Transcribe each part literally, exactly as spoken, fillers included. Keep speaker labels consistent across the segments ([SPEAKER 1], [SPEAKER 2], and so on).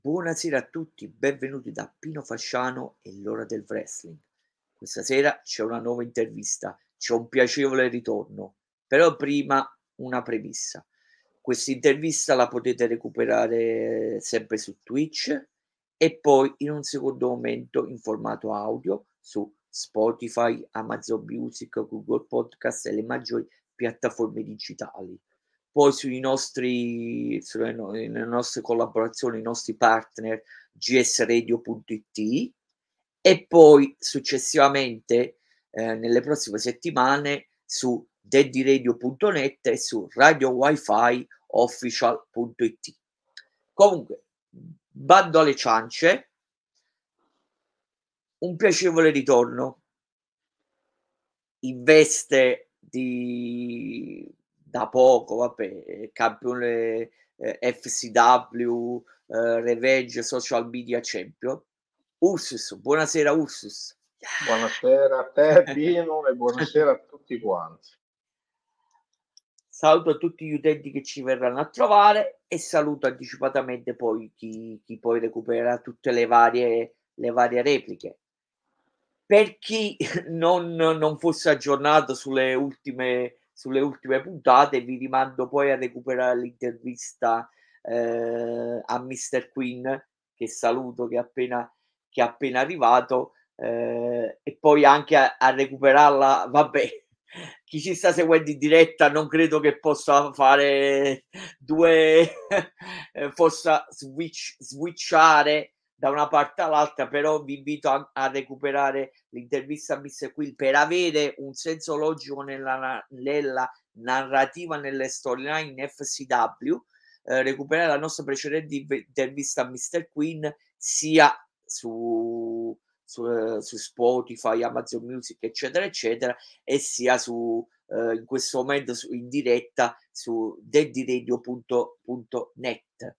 [SPEAKER 1] Buonasera a tutti, benvenuti da Pino Fasciano e l'ora del wrestling. Questa sera c'è una nuova intervista, c'è un piacevole ritorno, però prima una premessa. Questa intervista la potete recuperare sempre su Twitch e poi in un secondo momento in formato audio su Spotify, Amazon Music, Google Podcast e le maggiori piattaforme digitali. Poi sui nostri sulle no nelle nostre collaborazioni, i nostri partner g s radio punto i t e poi successivamente, ehm, nelle prossime settimane su daddy radio punto net e su radio wifi official punto i t. Comunque, bando alle ciance, un piacevole ritorno in veste di da poco, vabbè, campione, ehm, F C W, ehm, Revenge Social Media Champion. Ursus, buonasera Ursus.
[SPEAKER 2] Buonasera a te Pino e buonasera a tutti quanti.
[SPEAKER 1] Saluto a tutti gli utenti che ci verranno a trovare e saluto anticipatamente poi chi chi poi recupererà tutte le varie le varie repliche. Per chi non non fosse aggiornato sulle ultime sulle ultime puntate, vi rimando poi a recuperare l'intervista, ehm, a mister Queen, che saluto, che è appena che è appena arrivato, ehm, e poi anche a a recuperarla vabbè, chi ci sta seguendo in diretta non credo che possa fare due ehm, possa switch switchare da una parte all'altra, però vi invito a a recuperare l'intervista a mister Quill per avere un senso logico nella na nella narrativa, nelle storyline in F C W, ehm, recuperare la nostra precedente inve intervista a mister Queen sia su su ehm, su Spotify, Amazon Music, eccetera, eccetera, e sia su ehm, in questo momento su in diretta su daddy radio punto punto net.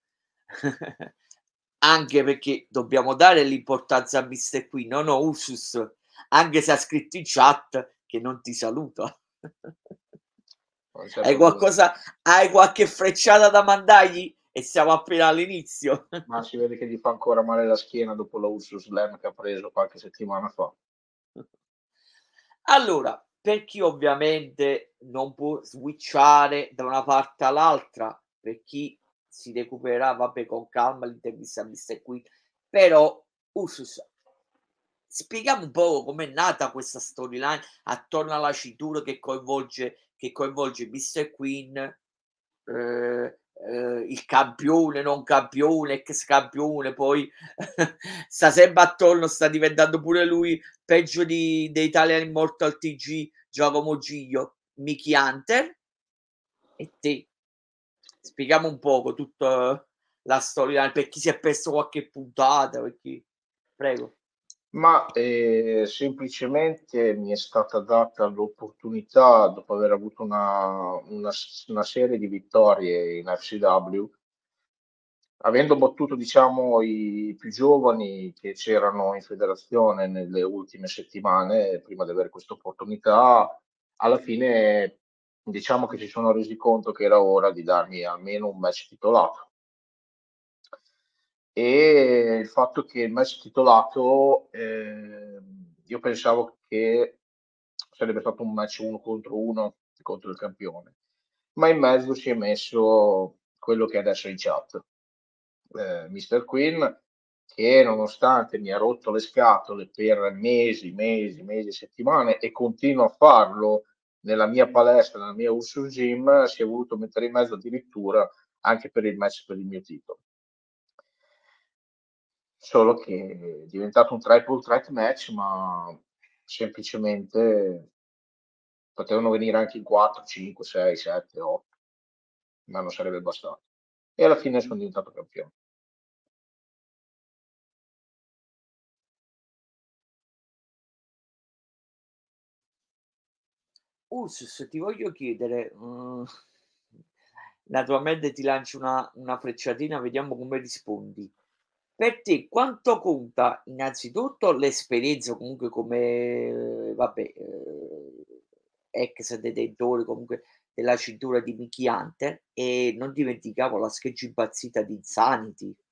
[SPEAKER 1] Anche perché dobbiamo dare l'importanza a mister Queen, no, no Ursus? Anche se ha scritto in chat che non ti saluta.
[SPEAKER 2] Non c'è
[SPEAKER 1] Hai
[SPEAKER 2] problema.
[SPEAKER 1] qualcosa hai qualche frecciata da mandargli? E siamo appena all'inizio.
[SPEAKER 2] Ma si vede che gli fa ancora male la schiena dopo la Ursus Slam che ha preso qualche settimana fa.
[SPEAKER 1] Allora, per chi ovviamente non può switchare da una parte all'altra, per chi si recupererà, vabbè, con calma l'intervista a mister Queen, però Ursus, spieghiamo un po' com'è nata questa storyline attorno alla cintura che coinvolge che coinvolge mister Queen, ehm, ehm, il campione, non campione, ex campione, poi sta sempre attorno, sta diventando pure lui peggio di The Italian Immortal T G, Giacomo Giglio, Mickey Hunter. E te, spieghiamo un poco tutta la storyline per chi si è perso qualche puntata, per chi prego.
[SPEAKER 2] Ma eh, semplicemente mi è stata data l'opportunità, dopo aver avuto una, una, una serie di vittorie in F C W, avendo battuto diciamo i più giovani che c'erano in federazione nelle ultime settimane, prima di avere questa opportunità, alla fine diciamo che si sono resi conto che era ora di darmi almeno un match titolato. E il fatto che il match titolato, eh, io pensavo che sarebbe stato un match uno contro uno contro il campione, ma in mezzo si è messo quello che adesso è in chat, eh, mister Queen, che nonostante mi ha rotto le scatole per mesi, mesi, mesi, settimane e continua a farlo nella mia palestra, nella mia Ursus Gym, si è voluto mettere in mezzo addirittura anche per il match per il mio titolo. Solo che è diventato un triple threat match, ma semplicemente potevano venire anche in quattro, cinque, sei, sette, otto, ma non sarebbe bastato. E alla fine sono diventato campione.
[SPEAKER 1] Ursus, ti voglio chiedere, mhmm, naturalmente ti lancio una una frecciatina, vediamo come rispondi. Per te quanto conta innanzitutto l'esperienza comunque come vabbè, ehm, ex detentore comunque della cintura di Mickey Hunter e non dimentichiamo la scheggia impazzita di Insanity,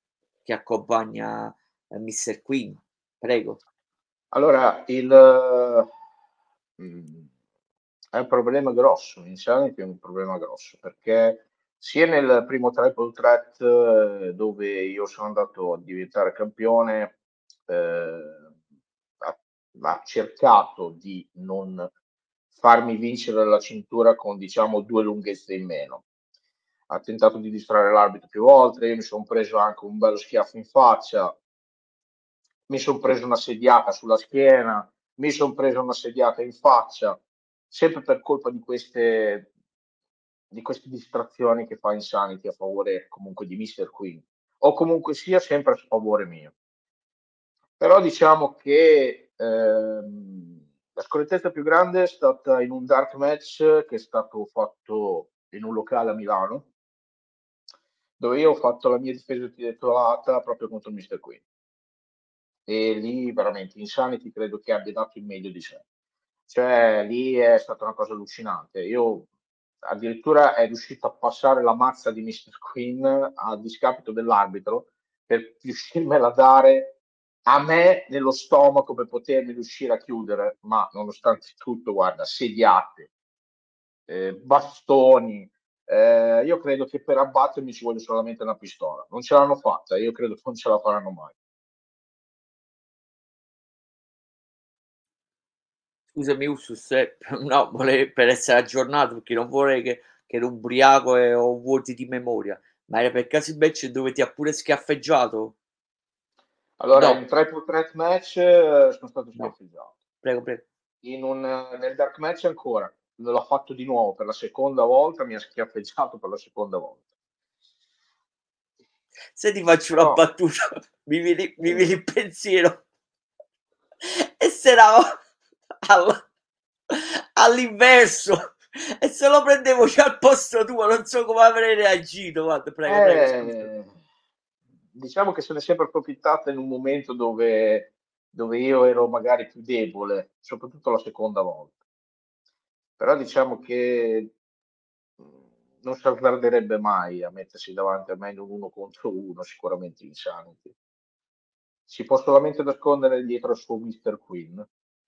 [SPEAKER 1] che accompagna eh, mister Queen. Prego.
[SPEAKER 2] Allora, il, mhmm, è un problema grosso, inizialmente è un problema grosso, perché sia nel primo triple threat eh, dove io sono andato a diventare campione, ehm, ha ha cercato di non farmi vincere la cintura con, diciamo, due lunghezze in meno. Ha tentato di distrarre l'arbitro più volte, io mi son preso anche un bello schiaffo in faccia, mi son preso una sediata sulla schiena, mi son preso una sediata in faccia, sempre per colpa di queste di queste distrazioni che fa Insanity a favore comunque di mister Queen, o comunque sia sempre a sfavore mio. Però diciamo che, ehm, la scorrettezza più grande è stata in un dark match che è stato fatto in un locale a Milano, dove io ho fatto la mia difesa titolata proprio contro mister Queen. E lì veramente Insanity credo che abbia dato il meglio di sé. Cioè lì è stata una cosa allucinante. Io addirittura è riuscito a passare la mazza di mister Queen a discapito dell'arbitro per riuscirmela a dare a me nello stomaco per potermi riuscire a chiudere, ma nonostante tutto, guarda, sediate, eh, bastoni. Eh, io credo che per abbattermi ci voglia solamente una pistola. Non ce l'hanno fatta, io credo che non ce la faranno mai.
[SPEAKER 1] Scusami Ursus, eh, no, vole per essere aggiornato, perché non vorrei che che ero ubriaco e ho vuoti di memoria, ma era per caso il match dove ti ha pure schiaffeggiato?
[SPEAKER 2] Allora,
[SPEAKER 1] No,
[SPEAKER 2] in triple threat match eh, sono stato
[SPEAKER 1] no,
[SPEAKER 2] schiaffeggiato.
[SPEAKER 1] prego, prego.
[SPEAKER 2] In un, nel dark match ancora, l'ho fatto di nuovo per la seconda volta, mi ha schiaffeggiato per la seconda volta.
[SPEAKER 1] Se ti faccio una
[SPEAKER 2] Però,
[SPEAKER 1] battuta, mi viene mi
[SPEAKER 2] dimmi.
[SPEAKER 1] viene il pensiero e se eravamo al all'inverso e se lo prendevo già al posto tuo, non so come avrei reagito. Guarda, prego, prego, scusa.
[SPEAKER 2] Eh, diciamo che se ne è sempre approfittata in un momento dove, dove io ero magari più debole, soprattutto la seconda volta. Però diciamo che mh, non si azzarderebbe mai a mettersi davanti a me in un uno contro uno, sicuramente Insanity. Si può solamente nascondere dietro al suo mister Queen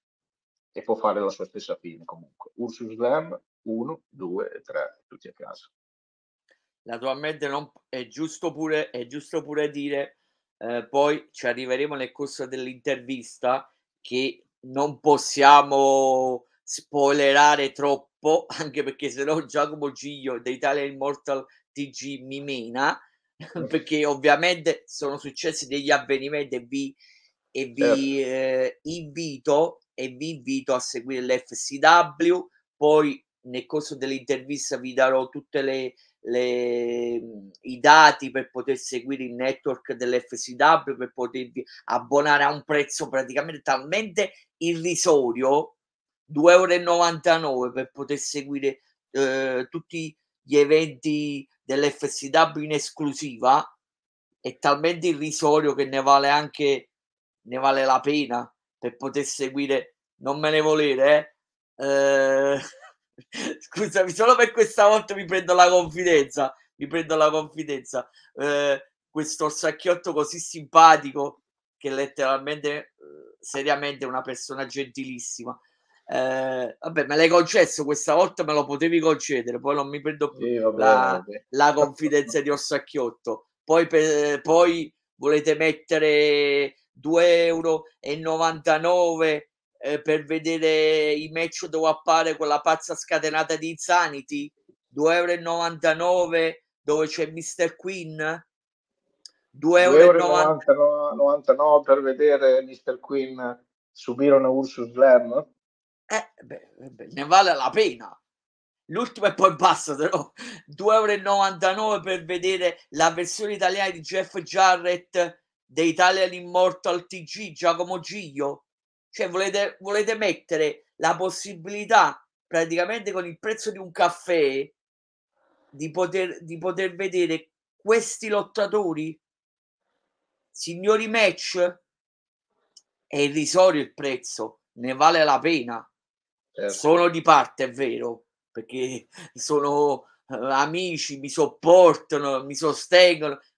[SPEAKER 2] e può fare la sua stessa fine comunque. Ursus Slam uno, due e tre, tutti a casa.
[SPEAKER 1] Naturalmente non è giusto pure è giusto pure dire, ehm, poi ci arriveremo nel corso dell'intervista, che non possiamo spoilerare troppo, anche perché se no Giacomo Giglio da Italia Immortal T G mi mena, perché ovviamente sono successi degli avvenimenti e vi e
[SPEAKER 2] Certo,
[SPEAKER 1] vi, ehm, invito e vi invito a seguire l'F C W, poi nel corso dell'intervista vi darò tutte le le, mhmm, i dati per poter seguire il network dell'F C W, per potervi abbonare a un prezzo praticamente talmente irrisorio, due euro e novantanove per poter seguire, uhm, tutti gli eventi dell'F C W in esclusiva, è talmente irrisorio che ne vale anche ne vale la pena per poter seguire, non me ne volere eh, ehm, scusami, solo per questa volta mi prendo la confidenza, mi prendo la confidenza. Ehm, questo orsacchiotto così simpatico che letteralmente, uhm, seriamente è una persona gentilissima. Ehm, vabbè, me l'hai concesso questa volta, me lo potevi concedere, poi non mi prendo più
[SPEAKER 2] sì, va bene, va
[SPEAKER 1] la
[SPEAKER 2] bene.
[SPEAKER 1] la confidenza di Orsacchiotto. Poi pe poi volete mettere due euro e novantanove, ehm, per vedere i match dove appare quella pazza scatenata di Insanity? due euro e novantanove dove c'è mister Queen? 2 euro e
[SPEAKER 2] due euro e
[SPEAKER 1] novanta
[SPEAKER 2] novantanove per vedere mister Queen subire una Ursus Slam?
[SPEAKER 1] eh, beh, vabbè, ne vale la pena. L'ultimo e poi basta, se no due euro e novantanove per vedere la versione italiana di Jeff Jarrett The Italian Immortal T G, Giacomo Giglio? Cioè volete volete mettere la possibilità, praticamente con il prezzo di un caffè, di poter di poter vedere questi lottatori? Signori match? È irrisorio il prezzo, ne vale la pena.
[SPEAKER 2] Certo.
[SPEAKER 1] Sono di parte, è vero, perché sono, uhm, amici, mi sopportano, mi sostengono,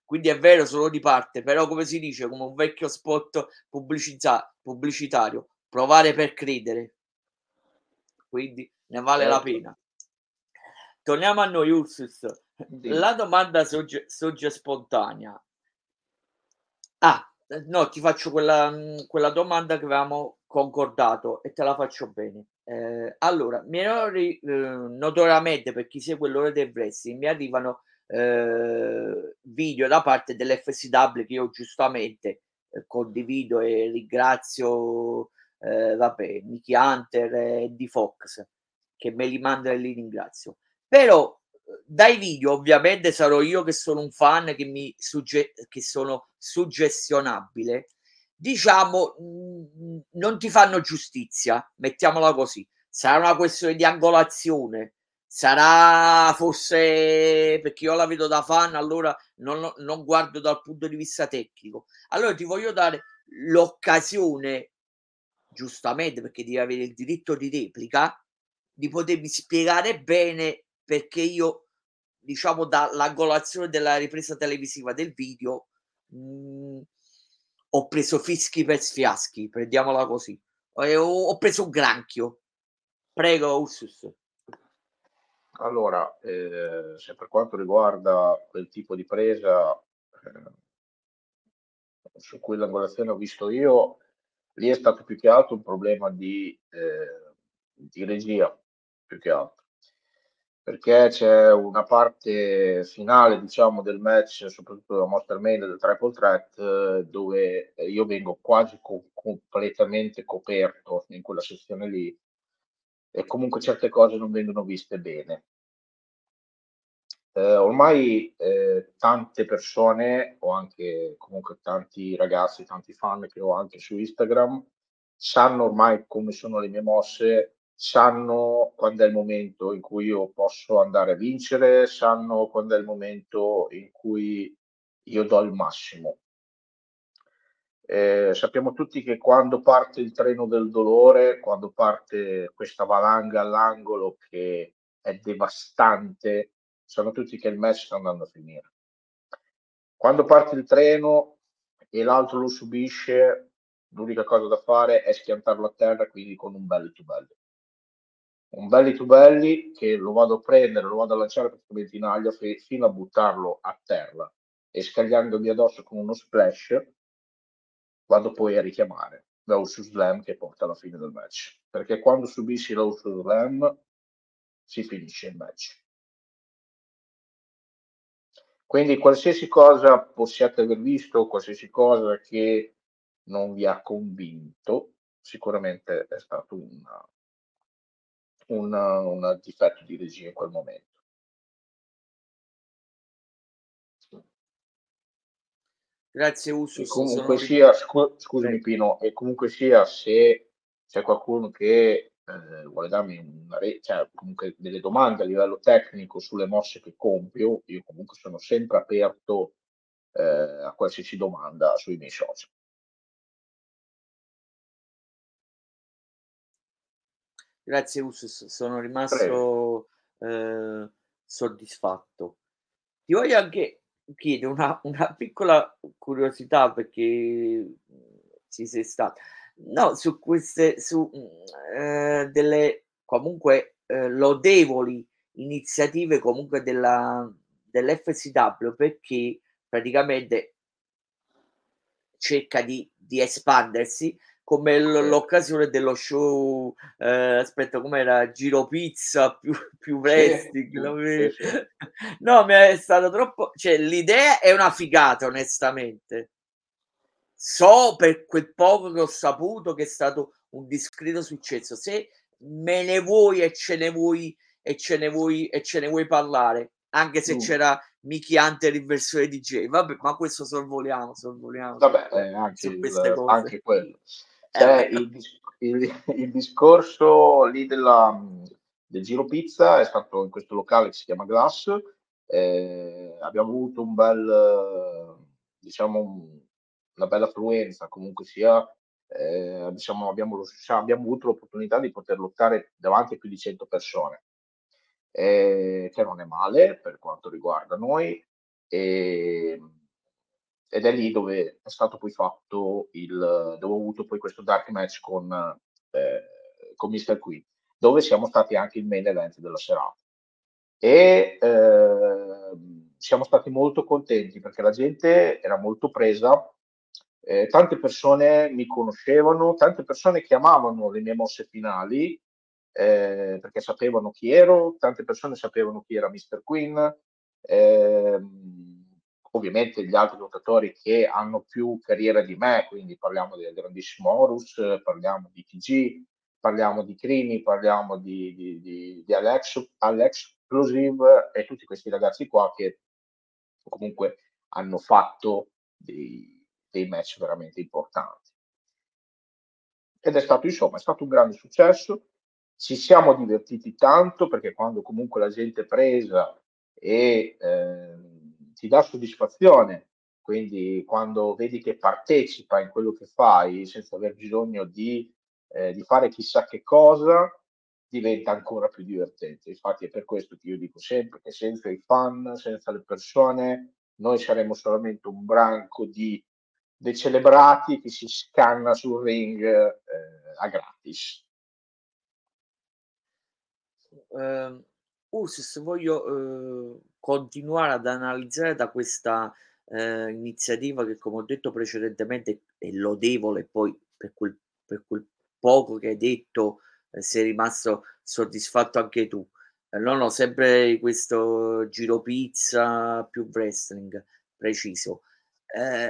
[SPEAKER 1] quindi è vero solo di parte, però come si dice, come un vecchio spot pubblicizza pubblicitario, provare per credere. Quindi ne vale la
[SPEAKER 2] Certo.
[SPEAKER 1] pena. Torniamo a noi Ursus.
[SPEAKER 2] Dimmi.
[SPEAKER 1] La domanda sorge sorge spontanea. Ah, ehm, no, ti faccio quella mhmm, quella domanda che avevamo concordato e te la faccio bene. Ehm, allora, mi errori uhm, notoriamente per chi segue l'ora del wrestling mi arrivano, ehm, video da parte dell'F S W che io giustamente, ehm, condivido e ringrazio, ehm, vabbè, Mickey Hunter e D-Fox che me li manda e li ringrazio. Però uhm, dai video ovviamente sarò io che sono un fan che mi sugge che sono suggestionabile, diciamo, mhmm, non ti fanno giustizia, mettiamola così. Sarà una questione di angolazione, sarà forse perché io la vedo da fan, allora non lo non guardo dal punto di vista tecnico. Allora ti voglio dare l'occasione, giustamente perché devi avere il diritto di replica, di potermi spiegare bene perché io, diciamo dall'angolazione della ripresa televisiva del video, mhmm, ho preso fischi per sfiaschi, prendiamola così. E ho ho preso un granchio. Prego Ursus.
[SPEAKER 2] Allora, ehm, se per quanto riguarda quel tipo di presa, ehm, su cui l'angolazione ho visto io, lì è stato più che altro un problema di, ehm, di regia, più che altro. Perché c'è una parte finale, diciamo, del match, soprattutto della Monster Main del Triple Threat, eh, dove eh, io vengo quasi co- completamente coperto in quella sezione lì e comunque certe cose non vengono viste bene. Eh, ormai eh, tante persone, o anche comunque tanti ragazzi, tanti fan che ho anche su Instagram, sanno ormai come sono le mie mosse, sanno quando è il momento in cui io posso andare a vincere, sanno quando è il momento in cui io do il massimo. Eh, sappiamo tutti che quando parte il treno del dolore, quando parte questa valanga all'angolo che è devastante, sanno tutti che il match sta andando a finire. Quando parte il treno e l'altro lo subisce, l'unica cosa da fare è schiantarlo a terra, quindi con un belly to belly. Un belly to belly che lo vado a prendere, lo vado a lanciare praticamente in aria fi- fino a buttarlo a terra e scagliandomi addosso con uno splash vado poi a richiamare la Ursus Slam che porta alla fine del match. Perché quando subisci la Ursus Slam si finisce il match. Quindi qualsiasi cosa possiate aver visto, qualsiasi cosa che non vi ha convinto, sicuramente è stato un, un, un difetto di regia in quel momento.
[SPEAKER 1] Grazie
[SPEAKER 2] E
[SPEAKER 1] Ursus,
[SPEAKER 2] comunque
[SPEAKER 1] sono ri
[SPEAKER 2] sia, scu- scusami
[SPEAKER 1] prego.
[SPEAKER 2] Pino, e comunque sia se c'è qualcuno che eh, vuole darmi una re- cioè, comunque delle domande a livello tecnico sulle mosse che compio, io comunque sono sempre aperto eh, a qualsiasi domanda sui miei social.
[SPEAKER 1] Grazie Ursus, sono
[SPEAKER 2] Prego.
[SPEAKER 1] rimasto, ehm, soddisfatto. Ti voglio anche chiedere una una piccola curiosità perché, mhmm, ci sei sta no, su queste su, mhmm, ehm, delle comunque, ehm, lodevoli iniziative comunque della dell'F S W perché praticamente cerca di di espandersi come l
[SPEAKER 2] Sì,
[SPEAKER 1] l'occasione dello show, ehm, aspetta com'era, Giro Pizza più più
[SPEAKER 2] sì,
[SPEAKER 1] wrestling,
[SPEAKER 2] sì,
[SPEAKER 1] no
[SPEAKER 2] sì,
[SPEAKER 1] me
[SPEAKER 2] sì.
[SPEAKER 1] no, mi è stato troppo cioè l'idea è una figata onestamente. So per quel poco che ho saputo che è stato un discreto successo. Se me ne vuoi e ce ne vuoi e ce ne vuoi e ce ne vuoi parlare, anche se
[SPEAKER 2] Mm.
[SPEAKER 1] c'era Mickey Hunter in versione D J. Vabbè, ma questo sorvoliamo, sorvoliamo su
[SPEAKER 2] Vabbè,
[SPEAKER 1] que
[SPEAKER 2] eh, anche,
[SPEAKER 1] su queste
[SPEAKER 2] il,
[SPEAKER 1] cose.
[SPEAKER 2] anche quello.
[SPEAKER 1] Eh
[SPEAKER 2] Cioè,
[SPEAKER 1] beh,
[SPEAKER 2] il, dis- il- il discorso lì della, del Giro Pizza è stato in questo locale che si chiama Glass. Eh, abbiamo avuto un bel, eh, diciamo, un- una bella affluenza, comunque sia, eh, diciamo, abbiamo, lo- abbiamo avuto l'opportunità di poter lottare davanti a più di cento persone, eh, che non è male per quanto riguarda noi. E, ed è lì dove è stato poi fatto il dove ho avuto poi questo dark match con ehm, con mister Queen, dove siamo stati anche il main event della serata. E, ehm, siamo stati molto contenti perché la gente era molto presa, ehm, tante persone mi conoscevano, tante persone chiamavano le mie mosse finali, ehm, perché sapevano chi ero, tante persone sapevano chi era mister Queen, ehm, ovviamente gli altri lottatori che hanno più carriera di me, quindi parliamo del grandissimo Horus, parliamo di T G, parliamo di Crini, parliamo di di di di Alex Alexplosive e tutti questi ragazzi qua che comunque hanno fatto dei dei match veramente importanti. Ed è stato insomma, è stato un grande successo. Ci siamo divertiti tanto perché quando comunque la gente è presa e, ehm, ti dà soddisfazione, quindi quando vedi che partecipa in quello che fai senza aver bisogno di ehm, di fare chissà che cosa, diventa ancora più divertente. Infatti è per questo che io dico sempre che senza i fan, senza le persone, noi saremmo solamente un branco di decelebrati che si scanna sul ring eh, a gratis.
[SPEAKER 1] Ehm, Ursus, voglio, uhm, continuare ad analizzare da questa, ehm, iniziativa che, come ho detto precedentemente, è lodevole, poi per quel per quel poco che hai detto, ehm, sei rimasto soddisfatto anche tu. Ehm, no, no, sempre questo giro pizza più wrestling, preciso. Ehm,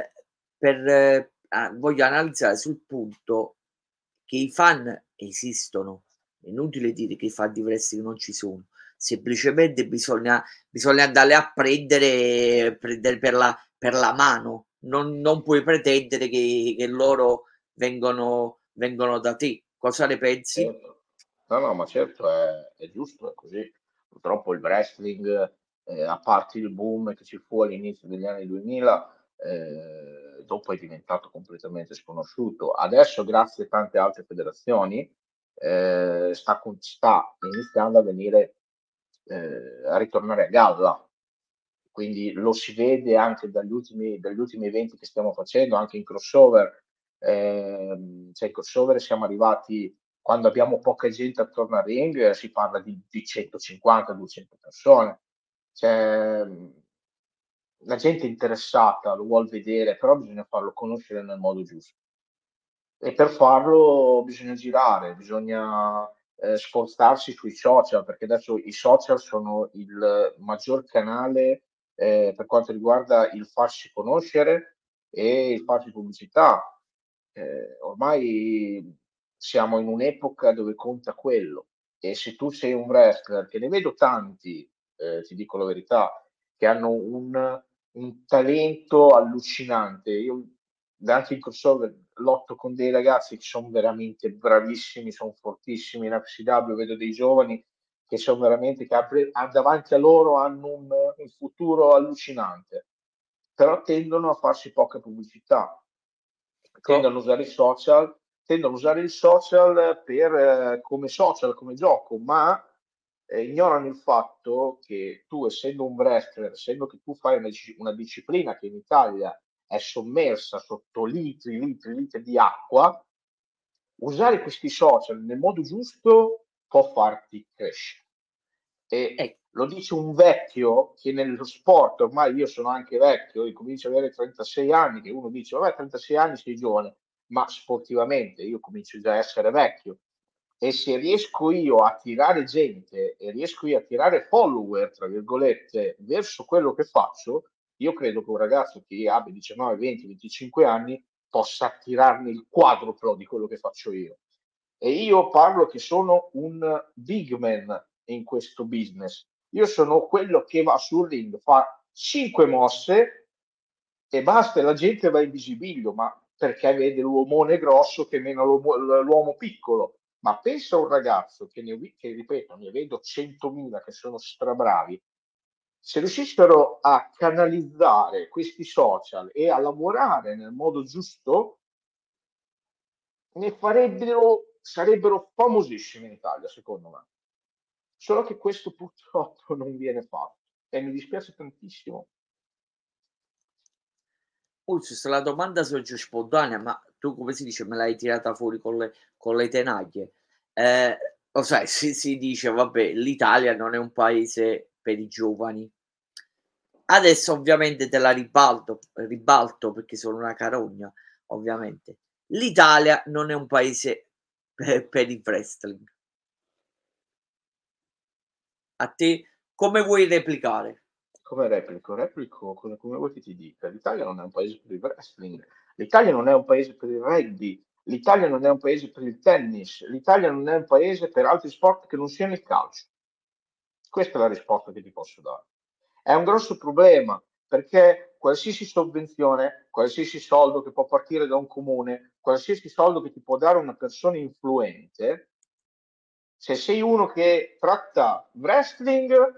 [SPEAKER 1] per a voglio analizzare sul punto che i fan esistono. È inutile dire che i fan di wrestling non ci sono, semplicemente bisogna bisogna andarli a prendere prendere per la per la mano, non non puoi pretendere che che loro vengono vengono da te. Cosa ne pensi?
[SPEAKER 2] Certo. No, no, ma certo è è giusto, è così. Purtroppo il wrestling, ehm, a parte il boom che ci fu all'inizio degli anni duemila, ehm, dopo è diventato completamente sconosciuto. Adesso grazie a tante altre federazioni, ehm, sta con sta iniziando a venire ehm, a ritornare a galla. Quindi lo si vede anche dagli ultimi dagli ultimi eventi che stiamo facendo, anche in crossover. Ehm, cioè, in crossover siamo arrivati quando abbiamo poca gente attorno al ring, si parla di di centocinquanta, duecento persone. Cioè, mhmm, la gente è interessata, lo vuol vedere, però bisogna farlo conoscere nel modo giusto. E per farlo bisogna girare, bisogna, ehm, spostarsi sui social, perché adesso i social sono il maggior canale, ehm, per quanto riguarda il farsi conoscere e il farsi pubblicità. Ehm, ormai siamo in un'epoca dove conta quello e se tu sei un wrestler, che ne vedo tanti, ehm, ti dico la verità, che hanno un un talento allucinante. Io anche in crossover lotto con dei ragazzi che son veramente bravissimi, son fortissimi, in F C W vedo dei giovani che son veramente che apre ha davanti a loro hanno un un futuro allucinante, però tendono a farsi poca pubblicità,
[SPEAKER 1] Co
[SPEAKER 2] tendono a usare i social tendono a usare il social per eh, come social, come gioco, ma, ehm, ignorano il fatto che tu essendo un wrestler, essendo che tu fai una disci una disciplina che in Italia è sommersa sotto litri, litri, litri di acqua, usare questi social nel modo giusto può farti crescere. E
[SPEAKER 1] eh,
[SPEAKER 2] lo dice un vecchio che nello sport, ormai io sono anche vecchio, incomincio ad avere trentasei anni, che uno dice: "Vabbè, trentasei anni sei giovane", ma sportivamente io comincio già a essere vecchio. E se riesco io a attirare gente e riesco io a tirare "follower" tra virgolette, verso quello che faccio, io credo che un ragazzo che abbia diciannove, venti, venticinque anni possa attirarne il quadruplo di quello che faccio io. E io parlo che sono un big man in questo business. Io sono quello che va sul ring, fa cinque mosse e basta e la gente va in visibilio, ma perché vede l'uomone grosso che meno l'uomo l'uomo piccolo. Ma pensa a un ragazzo che ne ho vi che ripeto, ne vedo centomila che sono strabravi, se riuscissero a canalizzare questi social e a lavorare nel modo giusto, ne farebbero sarebbero famosissimi in Italia, secondo me. Solo che questo purtroppo non viene fatto e mi dispiace tantissimo.
[SPEAKER 1] Ursus, la domanda sorge spontanea, ma tu come si dice, me l'hai tirata fuori con le con le tenaglie. Ehm, lo sai, si si dice vabbè, l'Italia non è un paese per i giovani. Adesso ovviamente te la ribalto ribalto perché sono una carogna, ovviamente. L'Italia non è un paese pe per il wrestling. A te come vuoi replicare?
[SPEAKER 2] Come replico? Replico come come vuoi che ti dica? L'Italia non è un paese per il wrestling, l'Italia non è un paese per il rugby, l'Italia non è un paese per il tennis, l'Italia non è un paese per altri sport che non siano il calcio. Questa è la risposta che ti posso dare. È un grosso problema perché qualsiasi sovvenzione, qualsiasi soldo che può partire da un comune, qualsiasi soldo che ti può dare una persona influente, se sei uno che tratta wrestling,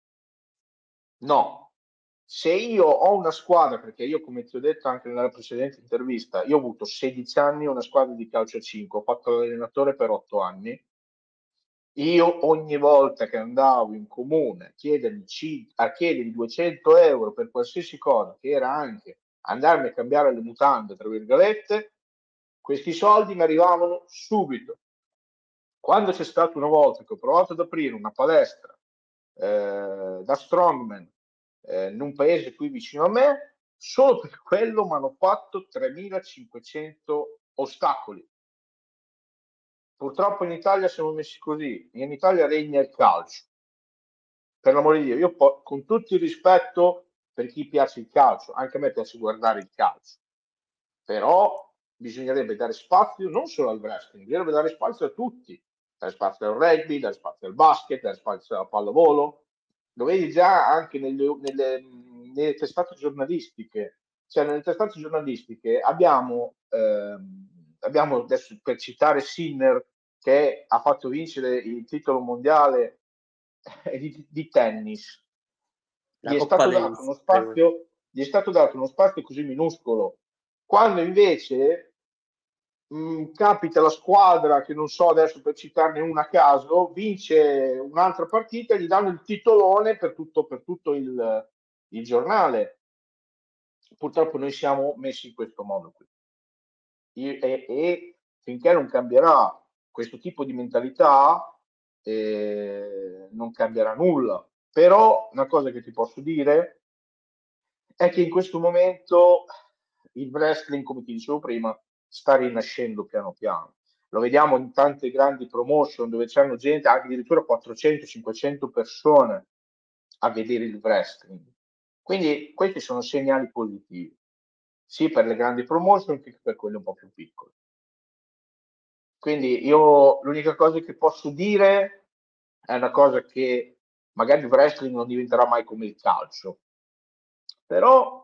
[SPEAKER 2] no. Se io ho una squadra, perché io come ti ho detto anche nella precedente intervista, io ho avuto sedici anni una squadra di calcio a cinque, ho fatto l'allenatore per otto anni. Io ogni volta che andavo in comune a chiedergli, ci- a chiedergli duecento euro per qualsiasi cosa, che era anche andarmi a cambiare le mutande, tra virgolette, questi soldi mi arrivavano subito. Quando c'è stata una volta che ho provato ad aprire una palestra eh, da strongman eh, in un paese qui vicino a me, solo per quello mi hanno fatto tremilacinquecento ostacoli. Purtroppo in Italia siamo messi così, in Italia regna il calcio. Per l'amore di Dio, io po- con tutto il rispetto per chi piace il calcio, anche a me piace guardare il calcio, però bisognerebbe dare spazio non solo al wrestling, bisognerebbe dare spazio a tutti, dare spazio al rugby, dare spazio al basket, dare spazio alla pallavolo. Lo vedi già anche nelle, nelle, nelle testate giornalistiche, cioè nelle testate giornalistiche abbiamo, ehm, abbiamo adesso per citare Sinner che ha fatto vincere il titolo mondiale di, di tennis,
[SPEAKER 1] La
[SPEAKER 2] gli è
[SPEAKER 1] Coppa
[SPEAKER 2] stato dato
[SPEAKER 1] Davis,
[SPEAKER 2] uno
[SPEAKER 1] prego.
[SPEAKER 2] spazio, gli è stato dato uno spazio così minuscolo, quando invece mh, capita la squadra che non so adesso per citarne una a caso, vince un'altra partita e gli danno il titolone per tutto, per tutto il, il giornale. Purtroppo noi siamo messi in questo modo qui. E, e, e finché non cambierà questo tipo di mentalità, eh, non cambierà nulla. Però una cosa che ti posso dire è che in questo momento il wrestling, come ti dicevo prima, sta rinascendo piano piano. Lo vediamo in tante grandi promotion dove c'hanno gente, anche addirittura quattrocento cinquecento persone a vedere il wrestling. Quindi questi sono segnali positivi, sia per le grandi promotion che per quelle un po' più piccole. Quindi io l'unica cosa che posso dire è una cosa che magari il wrestling non diventerà mai come il calcio, però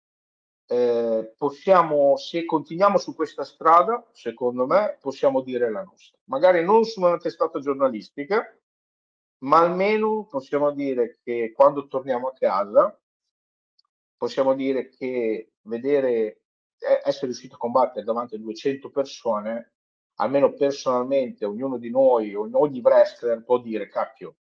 [SPEAKER 2] eh, possiamo, se continuiamo su questa strada, secondo me, possiamo dire la nostra. Magari non su una testata giornalistica, ma almeno possiamo dire che quando torniamo a casa, possiamo dire che vedere, eh, essere riuscito a combattere davanti a duecento persone, almeno personalmente, ognuno di noi, ogni wrestler può dire, cacchio,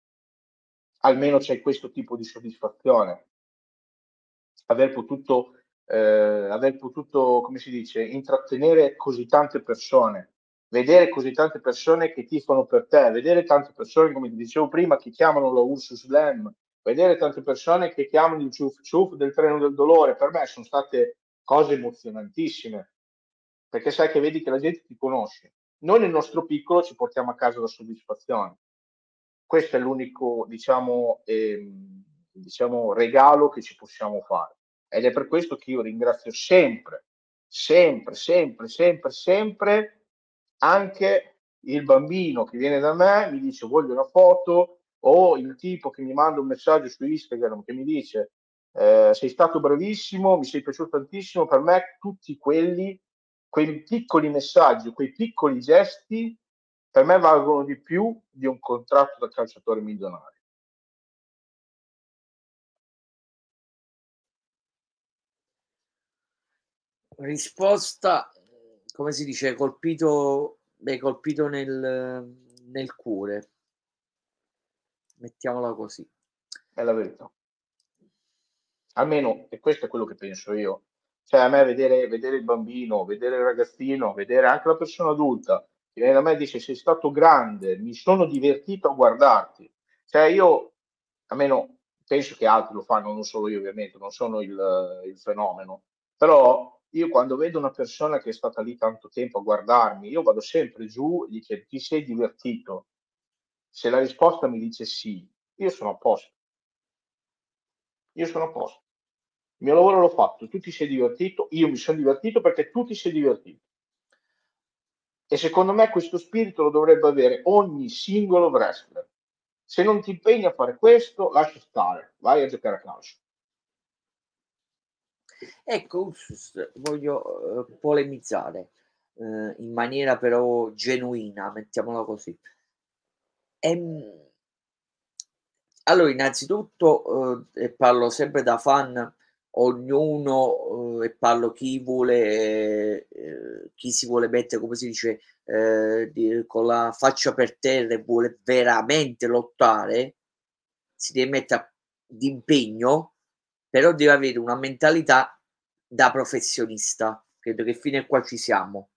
[SPEAKER 2] almeno c'è questo tipo di soddisfazione. Aver potuto, eh, aver potuto, come si dice, intrattenere così tante persone, vedere così tante persone che tifano per te, vedere tante persone, come ti dicevo prima, che chiamano la Ursus Slam, vedere tante persone che chiamano il ciuf ciuf del treno del dolore, per me sono state cose emozionantissime, perché sai che vedi che la gente ti conosce. Noi nel nostro piccolo ci portiamo a casa la soddisfazione. Questo è l'unico, diciamo, ehm, diciamo, regalo che ci possiamo fare. Ed è per questo che io ringrazio sempre, sempre, sempre, sempre, sempre anche il bambino che viene da me, mi dice voglio una foto, o il tipo che mi manda un messaggio su Instagram che mi dice eh, sei stato bravissimo, mi sei piaciuto tantissimo. Per me tutti quelli, quei piccoli messaggi, quei piccoli gesti per me valgono di più di un contratto da calciatore milionario.
[SPEAKER 1] Risposta, come si dice, hai colpito mi hai colpito nel nel cuore, mettiamola così.
[SPEAKER 2] È la verità. Almeno, e questo è quello che penso io, Cioè a me vedere, vedere il bambino, vedere il ragazzino, vedere anche la persona adulta che viene da me e dice sei stato grande, mi sono divertito a guardarti. Cioè io, almeno penso che altri lo fanno, non solo io ovviamente, non sono il, il fenomeno, però io quando vedo una persona che è stata lì tanto tempo a guardarmi, io vado sempre giù e gli chiedo ti sei divertito? Se la risposta mi dice sì, io sono a posto, io sono a posto. Il mio lavoro l'ho fatto, tu ti sei divertito, io mi sono divertito perché tu ti sei divertito. E secondo me questo spirito lo dovrebbe avere ogni singolo wrestler. Se non ti impegni a fare questo, lascia stare, vai a giocare a calcio.
[SPEAKER 1] Ecco, Ursus, voglio eh, polemizzare eh, in maniera però genuina, mettiamola così. Ehm, allora, innanzitutto, eh, e parlo sempre da fan, ognuno, eh, e parlo chi vuole, eh, chi si vuole mettere, come si dice, eh, di- con la faccia per terra e vuole veramente lottare, si deve mettere d'impegno, però deve avere una mentalità da professionista. Credo che fino a qua ci siamo.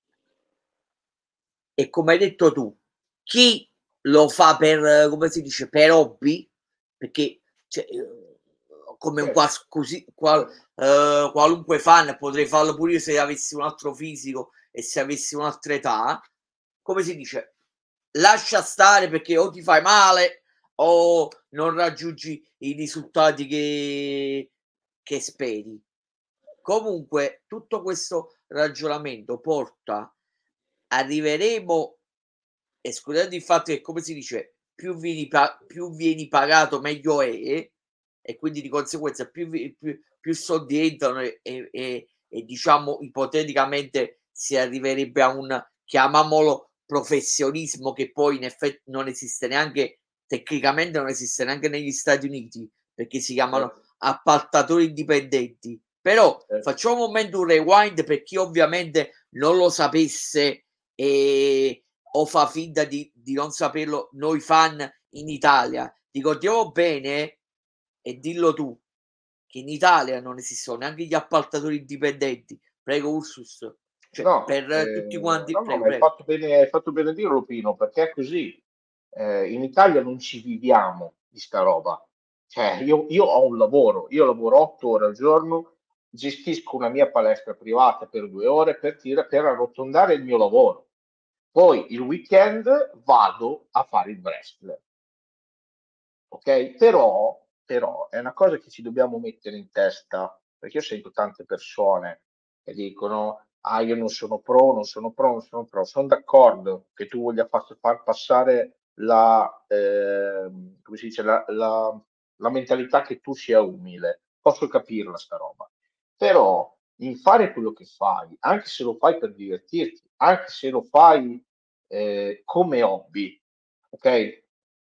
[SPEAKER 1] E come hai detto tu, chi lo fa per, come si dice, per hobby, perché cioè, uhm, come un
[SPEAKER 2] Certo,
[SPEAKER 1] quals così qual uhm, qualunque fan, potrei farlo pure io se avessi un altro fisico e se avessi un'altra età, come si dice, lascia stare perché o ti fai male o non raggiungi i risultati che che speri. Comunque tutto questo ragionamento porta arriveremo, escludendo il fatto che, come si dice, più vieni pa più vieni pagato meglio è, e quindi di conseguenza più vi più più soldi entrano e e e e diciamo ipoteticamente si arriverebbe a un, chiamiamolo, professionismo che poi in effetti non esiste neanche, tecnicamente non esiste neanche negli Stati Uniti, perché si chiamano
[SPEAKER 2] certo,
[SPEAKER 1] appaltatori indipendenti. Però
[SPEAKER 2] certo.
[SPEAKER 1] facciamo un momento un rewind per chi ovviamente non lo sapesse e o fa finta di di non saperlo, noi fan in Italia. Ricordiamo bene, e dillo tu, che in Italia non esistono neanche gli appaltatori indipendenti. Prego Ursus, cioè
[SPEAKER 2] No,
[SPEAKER 1] per tutti
[SPEAKER 2] eh,
[SPEAKER 1] quanti,
[SPEAKER 2] no, no,
[SPEAKER 1] prego,
[SPEAKER 2] ma hai
[SPEAKER 1] prego.
[SPEAKER 2] fatto bene, hai fatto bene a dirlo, Pino, perché è così. Eh, in Italia non ci viviamo di sta roba. Cioè, io, io ho un lavoro, io lavoro otto ore al giorno, gestisco una mia palestra privata per due ore per, tira- per arrotondare il mio lavoro. Poi il weekend vado a fare il wrestler. Ok? Però, però è una cosa che ci dobbiamo mettere in testa, perché io sento tante persone che dicono, ah, io non sono pro, non sono pro, non sono pro. Sono d'accordo che tu voglia far, far passare la, ehm, come si dice, la, la- la mentalità che tu sia umile. Posso capirla sta roba. Però in fare quello che fai, anche se lo fai per divertirti, anche se lo fai eh, come hobby, ok?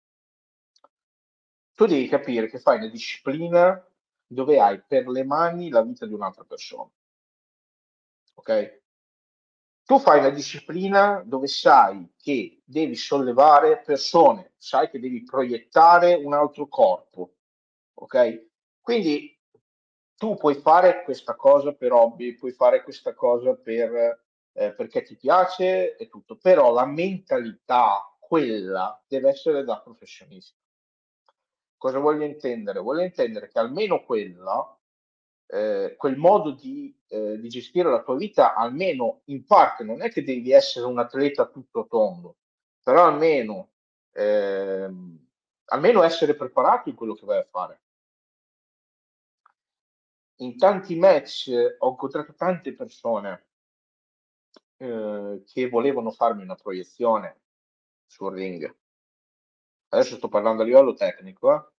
[SPEAKER 2] Tu devi capire che fai una disciplina dove hai per le mani la vita di un'altra persona, ok? Tu fai una disciplina dove sai che devi sollevare persone, sai che devi proiettare un altro corpo, ok? Quindi tu puoi fare questa cosa per hobby, puoi fare questa cosa per, eh, perché ti piace e tutto, però la mentalità, quella, deve essere da professionista. Cosa voglio intendere? Voglio intendere che almeno quella, eh, quel modo di, eh, di gestire la tua vita, almeno in parte, non è che devi essere un atleta tutto tondo, però almeno, ehm, almeno essere preparato in quello che vai a fare. In tanti match eh, ho incontrato tante persone eh, che volevano farmi una proiezione sul ring. Adesso sto parlando a livello tecnico, eh.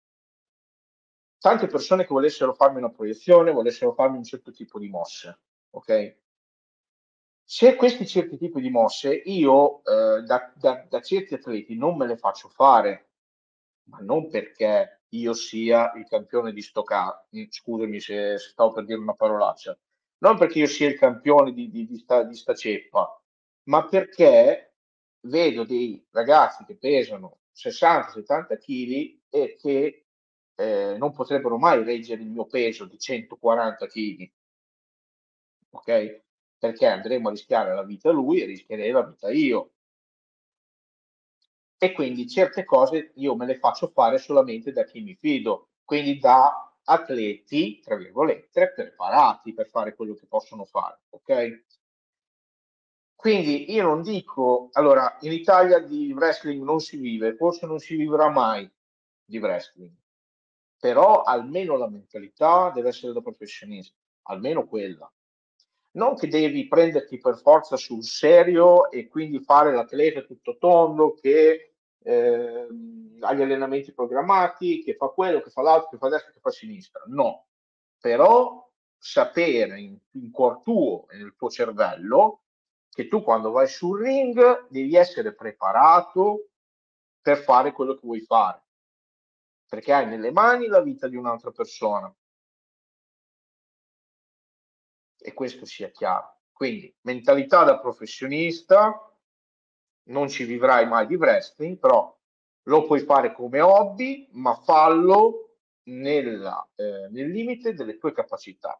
[SPEAKER 2] Tante persone che volessero farmi una proiezione, volessero farmi un certo tipo di mosse, ok? Se questi certi tipi di mosse io eh, da, da- da certi atleti non me le faccio fare, ma non perché io sia il campione di sto ca- mm, scusami se, se stavo per dire una parolaccia, non perché io sia il campione di, di, di sta, di sta ceppa, ma perché vedo dei ragazzi che pesano sessanta settanta kg e che eh, non potrebbero mai reggere il mio peso di centoquaranta kg. ok? Perché andremo a rischiare la vita lui e rischierei la vita io. E quindi certe cose io me le faccio fare solamente da chi mi fido, quindi da atleti, tra virgolette, preparati per fare quello che possono fare, ok? Quindi io non dico, allora, in Italia di wrestling non si vive, forse non si vivrà mai di wrestling, però almeno la mentalità deve essere da professionista, almeno quella. Non che devi prenderti per forza sul serio e quindi fare l'atleta tutto tondo che eh, ha gli allenamenti programmati, che fa quello, che fa l'altro, che fa destra, che fa sinistra. No, però sapere in, in cuor tuo e nel tuo cervello che tu quando vai sul ring devi essere preparato per fare quello che vuoi fare, perché hai nelle mani la vita di un'altra persona. E questo sia chiaro. Quindi mentalità da professionista, non ci vivrai mai di wrestling, però lo puoi fare come hobby, ma fallo nella, eh, nel limite delle tue capacità.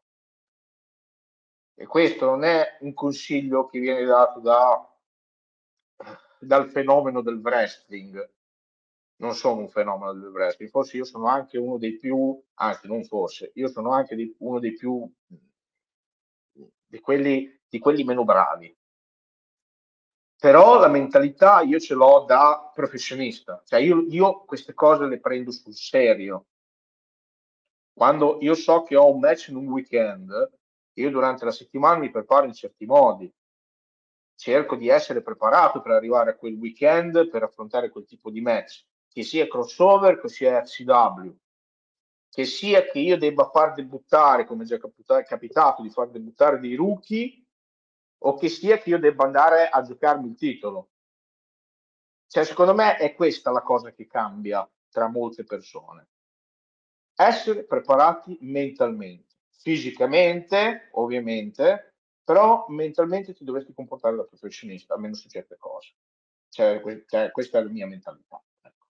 [SPEAKER 2] E questo non è un consiglio che viene dato da, dal fenomeno del wrestling. Non sono un fenomeno del wrestling, forse io sono anche uno dei più, anzi non forse, io sono anche di, uno dei più di quelli, di quelli meno bravi. Però la mentalità io ce l'ho da professionista, cioè io, io queste cose le prendo sul serio. Quando io so che ho un match in un weekend, io durante la settimana mi preparo in certi modi, cerco di essere preparato per arrivare a quel weekend per affrontare quel tipo di match, che sia crossover, che sia F C W, che sia che io debba far debuttare, come è già capitato, di far debuttare dei rookie, o che sia che io debba andare a giocarmi il titolo. Cioè, secondo me è questa la cosa che cambia tra molte persone. Essere preparati mentalmente, fisicamente, ovviamente, però mentalmente ti dovresti comportare da professionista, almeno su certe cose. Cioè, que- cioè, questa è la mia mentalità. Ecco.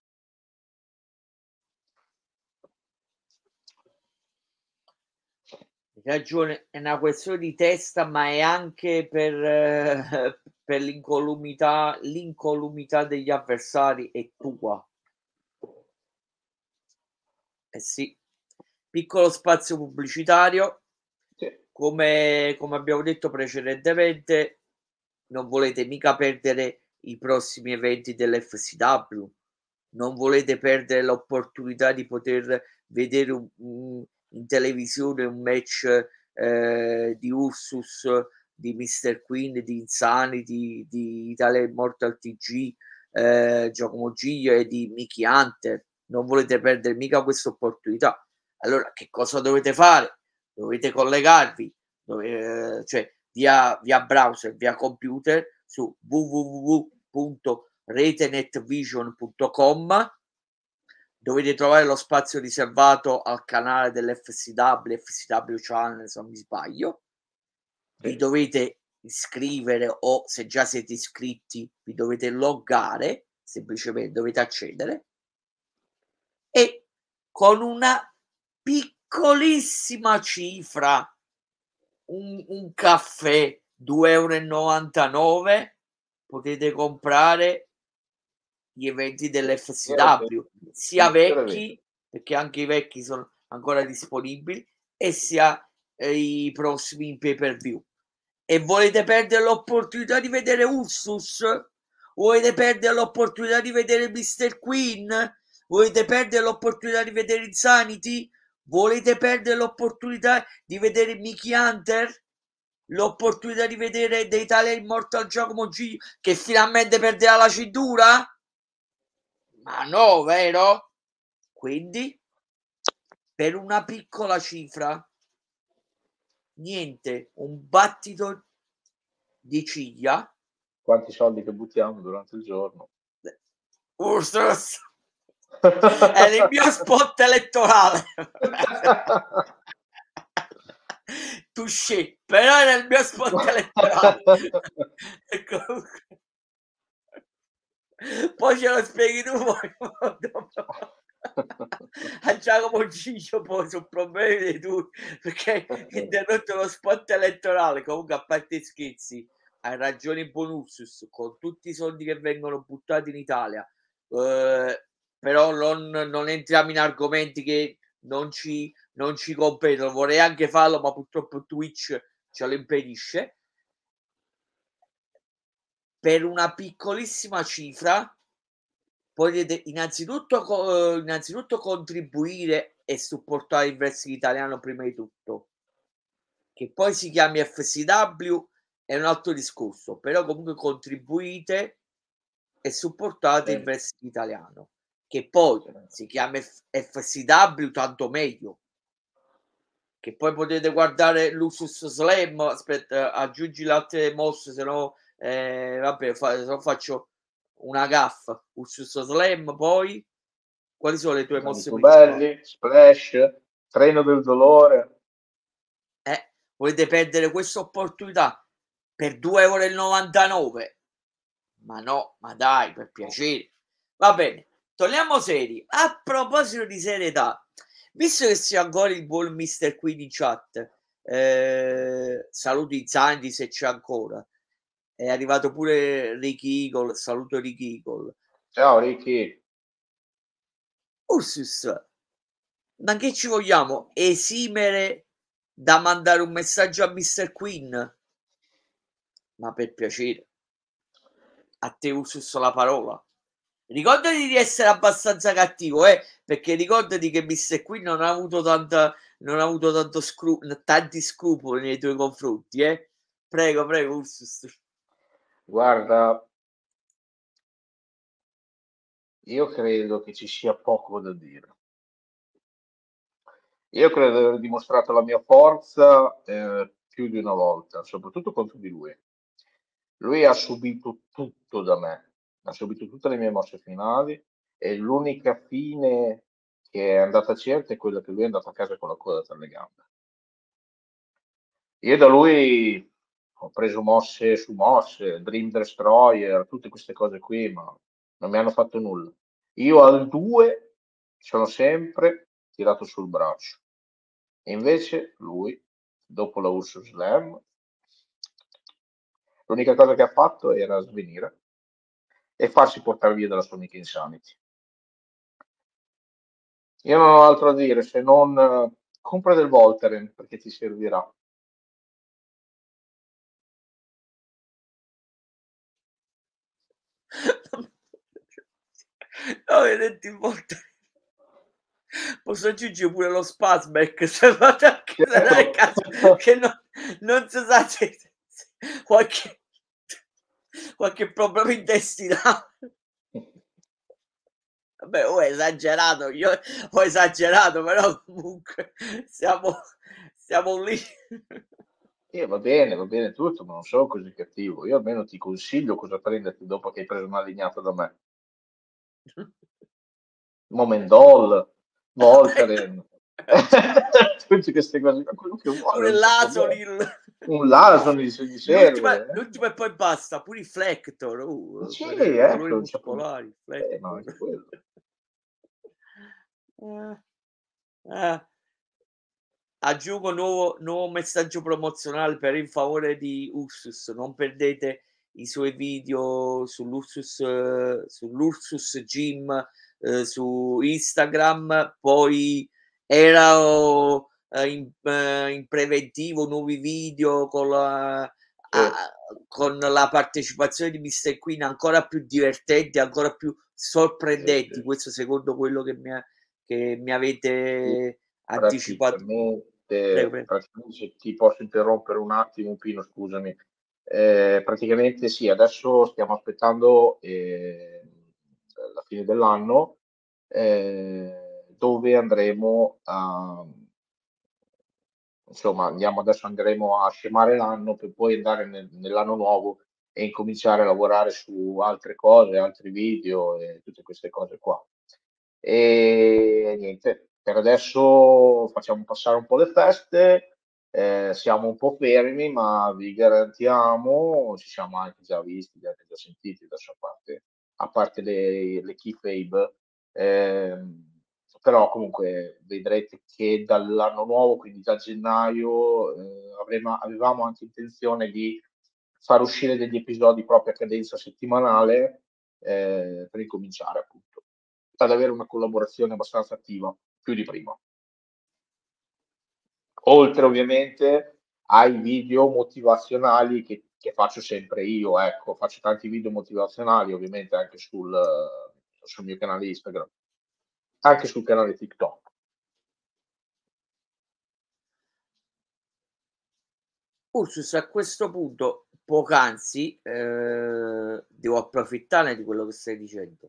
[SPEAKER 1] Ragione, è una questione di testa, ma è anche per, eh, per l'incolumità, l'incolumità degli avversari è tua. Eh sì, piccolo spazio pubblicitario.
[SPEAKER 2] Sì.
[SPEAKER 1] Come, come abbiamo detto precedentemente, non volete mica perdere i prossimi eventi dell'F C W, non volete perdere l'opportunità di poter vedere un, un, in televisione un match eh, di Ursus, di mister Queen, di Insanity, di Italia Immortal T G, eh, Giacomo Giglio e di Mickey Hunter. Non volete perdere mica questa opportunità. Allora, che cosa dovete fare? Dovete collegarvi, dove, cioè via, via browser, via computer su w w w punto retenetvision punto com. Dovete trovare lo spazio riservato al canale dell'F C W, F C W Channel, se non mi sbaglio. Vi
[SPEAKER 2] Sì.
[SPEAKER 1] dovete iscrivere o se già siete iscritti vi dovete loggare, semplicemente dovete accedere e con una piccolissima cifra, un, un caffè due e novantanove euro, potete comprare gli eventi dell'F C W, sia vecchi, perché anche i vecchi sono ancora disponibili, e sia eh, i prossimi in pay per view. E volete perdere l'opportunità di vedere Ursus? Volete perdere l'opportunità di vedere mister Queen? Volete perdere l'opportunità di vedere Insanity? Volete perdere l'opportunità di vedere Mickey Hunter? L'opportunità di vedere The Italia Immortal Giacomo G che finalmente perderà la cintura? Ma no, vero? Quindi per una piccola cifra, niente, un battito di ciglia.
[SPEAKER 2] Quanti soldi che buttiamo durante il giorno.
[SPEAKER 1] Ursus è il mio spot elettorale. Touché, però era il mio spot elettorale. Poi ce lo spieghi tu. A Giacomo Ciccio poi sono problemi tu perché interrotto lo spot elettorale. Comunque, a parte i scherzi, hai ragione Bonuccius, con tutti i soldi che vengono buttati in Italia, eh, però non, non entriamo in argomenti che non ci, non ci competono. Vorrei anche farlo, ma purtroppo Twitch ce lo impedisce. Per una piccolissima cifra potete innanzitutto, co- innanzitutto contribuire e supportare il wrestling italiano prima di tutto. Che poi si chiami F C W è un altro discorso, però comunque contribuite e supportate il
[SPEAKER 2] Sì,
[SPEAKER 1] wrestling italiano. Che poi
[SPEAKER 2] sì.
[SPEAKER 1] si chiama F- FC W, tanto meglio. Che poi potete guardare l'Usus Slam. Aspetta, aggiungi le altre mosse, se no, eh, vabbè, fa, se no faccio una gaffa. Usus Slam, poi quali sono le tue
[SPEAKER 2] Grandi
[SPEAKER 1] mosse principali?
[SPEAKER 2] Belli, Splash, Treno del Dolore.
[SPEAKER 1] Eh, volete perdere questa opportunità per due euro e novantanove? Ma no, ma dai, per piacere. Va bene, torniamo seri. A proposito di serietà, visto che c'è ancora il buon mister Queen in chat, eh, saluti Zandi se c'è ancora. È arrivato pure Ricky Eagle, saluto Ricky Eagle.
[SPEAKER 2] Ciao Ricky.
[SPEAKER 1] Ursus, ma che ci vogliamo esimere da mandare un messaggio a mister Queen? Ma per piacere, a te Ursus la parola. Ricordati di essere abbastanza cattivo, eh, perché ricordati che mister Queen non ha avuto tanta, non ha avuto tanto scru- tanti scrupoli nei tuoi confronti, eh. Prego, prego, Ursus.
[SPEAKER 2] Guarda, io credo che ci sia poco da dire. Io credo di aver dimostrato la mia forza eh, più di una volta, soprattutto contro di lui. Lui ha subito tutto da me, ha subito tutte le mie mosse finali e l'unica fine che è andata certa è quella che lui è andato a casa con la coda tra le gambe. Io da lui ho preso mosse su mosse, Dream Destroyer, tutte queste cose qui, ma non mi hanno fatto nulla. Io al due sono sempre tirato sul braccio. E invece lui, dopo la Ursus Slam, l'unica cosa che ha fatto era svenire e farsi portare via dalla sua amica Insanity. Io non ho altro da dire se non eh, compra del Voltaren perché ti servirà.
[SPEAKER 1] No, vedete in volta. Posso aggiungere pure lo Spasbeck se fate anche se non è caso
[SPEAKER 2] Certo.
[SPEAKER 1] che non, non si sa se, se qualche, qualche problema intestinale. Vabbè, ho esagerato, io ho esagerato, però comunque siamo, siamo lì.
[SPEAKER 2] Eh, va bene, va bene tutto, ma non sono così cattivo. Io almeno ti consiglio cosa prenderti dopo che hai preso una legnata da me. Momendol, Voltaren, tutte queste cose, qua, quello che vuole,
[SPEAKER 1] Pure
[SPEAKER 2] non c'è problema.
[SPEAKER 1] l'Asolil.
[SPEAKER 2] Un Lason se gli
[SPEAKER 1] L'ultima,
[SPEAKER 2] serve.
[SPEAKER 1] l'ultima e poi basta, pure i Flector,
[SPEAKER 2] Eh.
[SPEAKER 1] uh,
[SPEAKER 2] Sì,
[SPEAKER 1] per i dolori
[SPEAKER 2] ecco, non c'è problema.
[SPEAKER 1] muscolari,
[SPEAKER 2] Eh, ma
[SPEAKER 1] Flector.
[SPEAKER 2] anche quello.
[SPEAKER 1] Eh, eh. Aggiungo nuovo, nuovo messaggio promozionale per in favore di Ursus. Non perdete i suoi video sull'Ursus, eh, sull'Ursus Gym eh, su Instagram. Poi era oh, eh, in, eh, in preventivo nuovi video con la,
[SPEAKER 2] Sì,
[SPEAKER 1] ah, con la partecipazione di mister Queen ancora più divertenti, ancora più
[SPEAKER 2] sì,
[SPEAKER 1] sorprendenti.
[SPEAKER 2] sì,
[SPEAKER 1] Questo secondo quello che mi, ha- che mi
[SPEAKER 2] sì.
[SPEAKER 1] avete anticipato. Prego,
[SPEAKER 2] Praticamente,
[SPEAKER 1] prego.
[SPEAKER 2] praticamente, se ti posso interrompere un attimo, Pino, scusami. Eh, praticamente sì, adesso stiamo aspettando eh, la fine dell'anno eh, dove andremo a, insomma, andiamo adesso andremo a scemare l'anno per poi andare nel- nell'anno nuovo e incominciare a lavorare su altre cose, altri video e tutte queste cose qua. E niente, per adesso facciamo passare un po' le feste, eh, siamo un po' fermi, ma vi garantiamo, ci siamo anche già visti, vi avete già sentiti adesso a parte, a parte le, le keyfabe, ehm, però comunque vedrete che dall'anno nuovo, quindi da gennaio, eh, avremo, avevamo anche intenzione di far uscire degli episodi proprio a cadenza settimanale, eh, per incominciare appunto ad avere una collaborazione abbastanza attiva, più di prima. Oltre ovviamente ai video motivazionali che, che faccio sempre io, ecco, faccio tanti video motivazionali ovviamente anche sul, sul mio canale Instagram, anche sul canale TikTok.
[SPEAKER 1] Ursus, a questo punto, poc'anzi, eh, devo approfittare di quello che stai dicendo.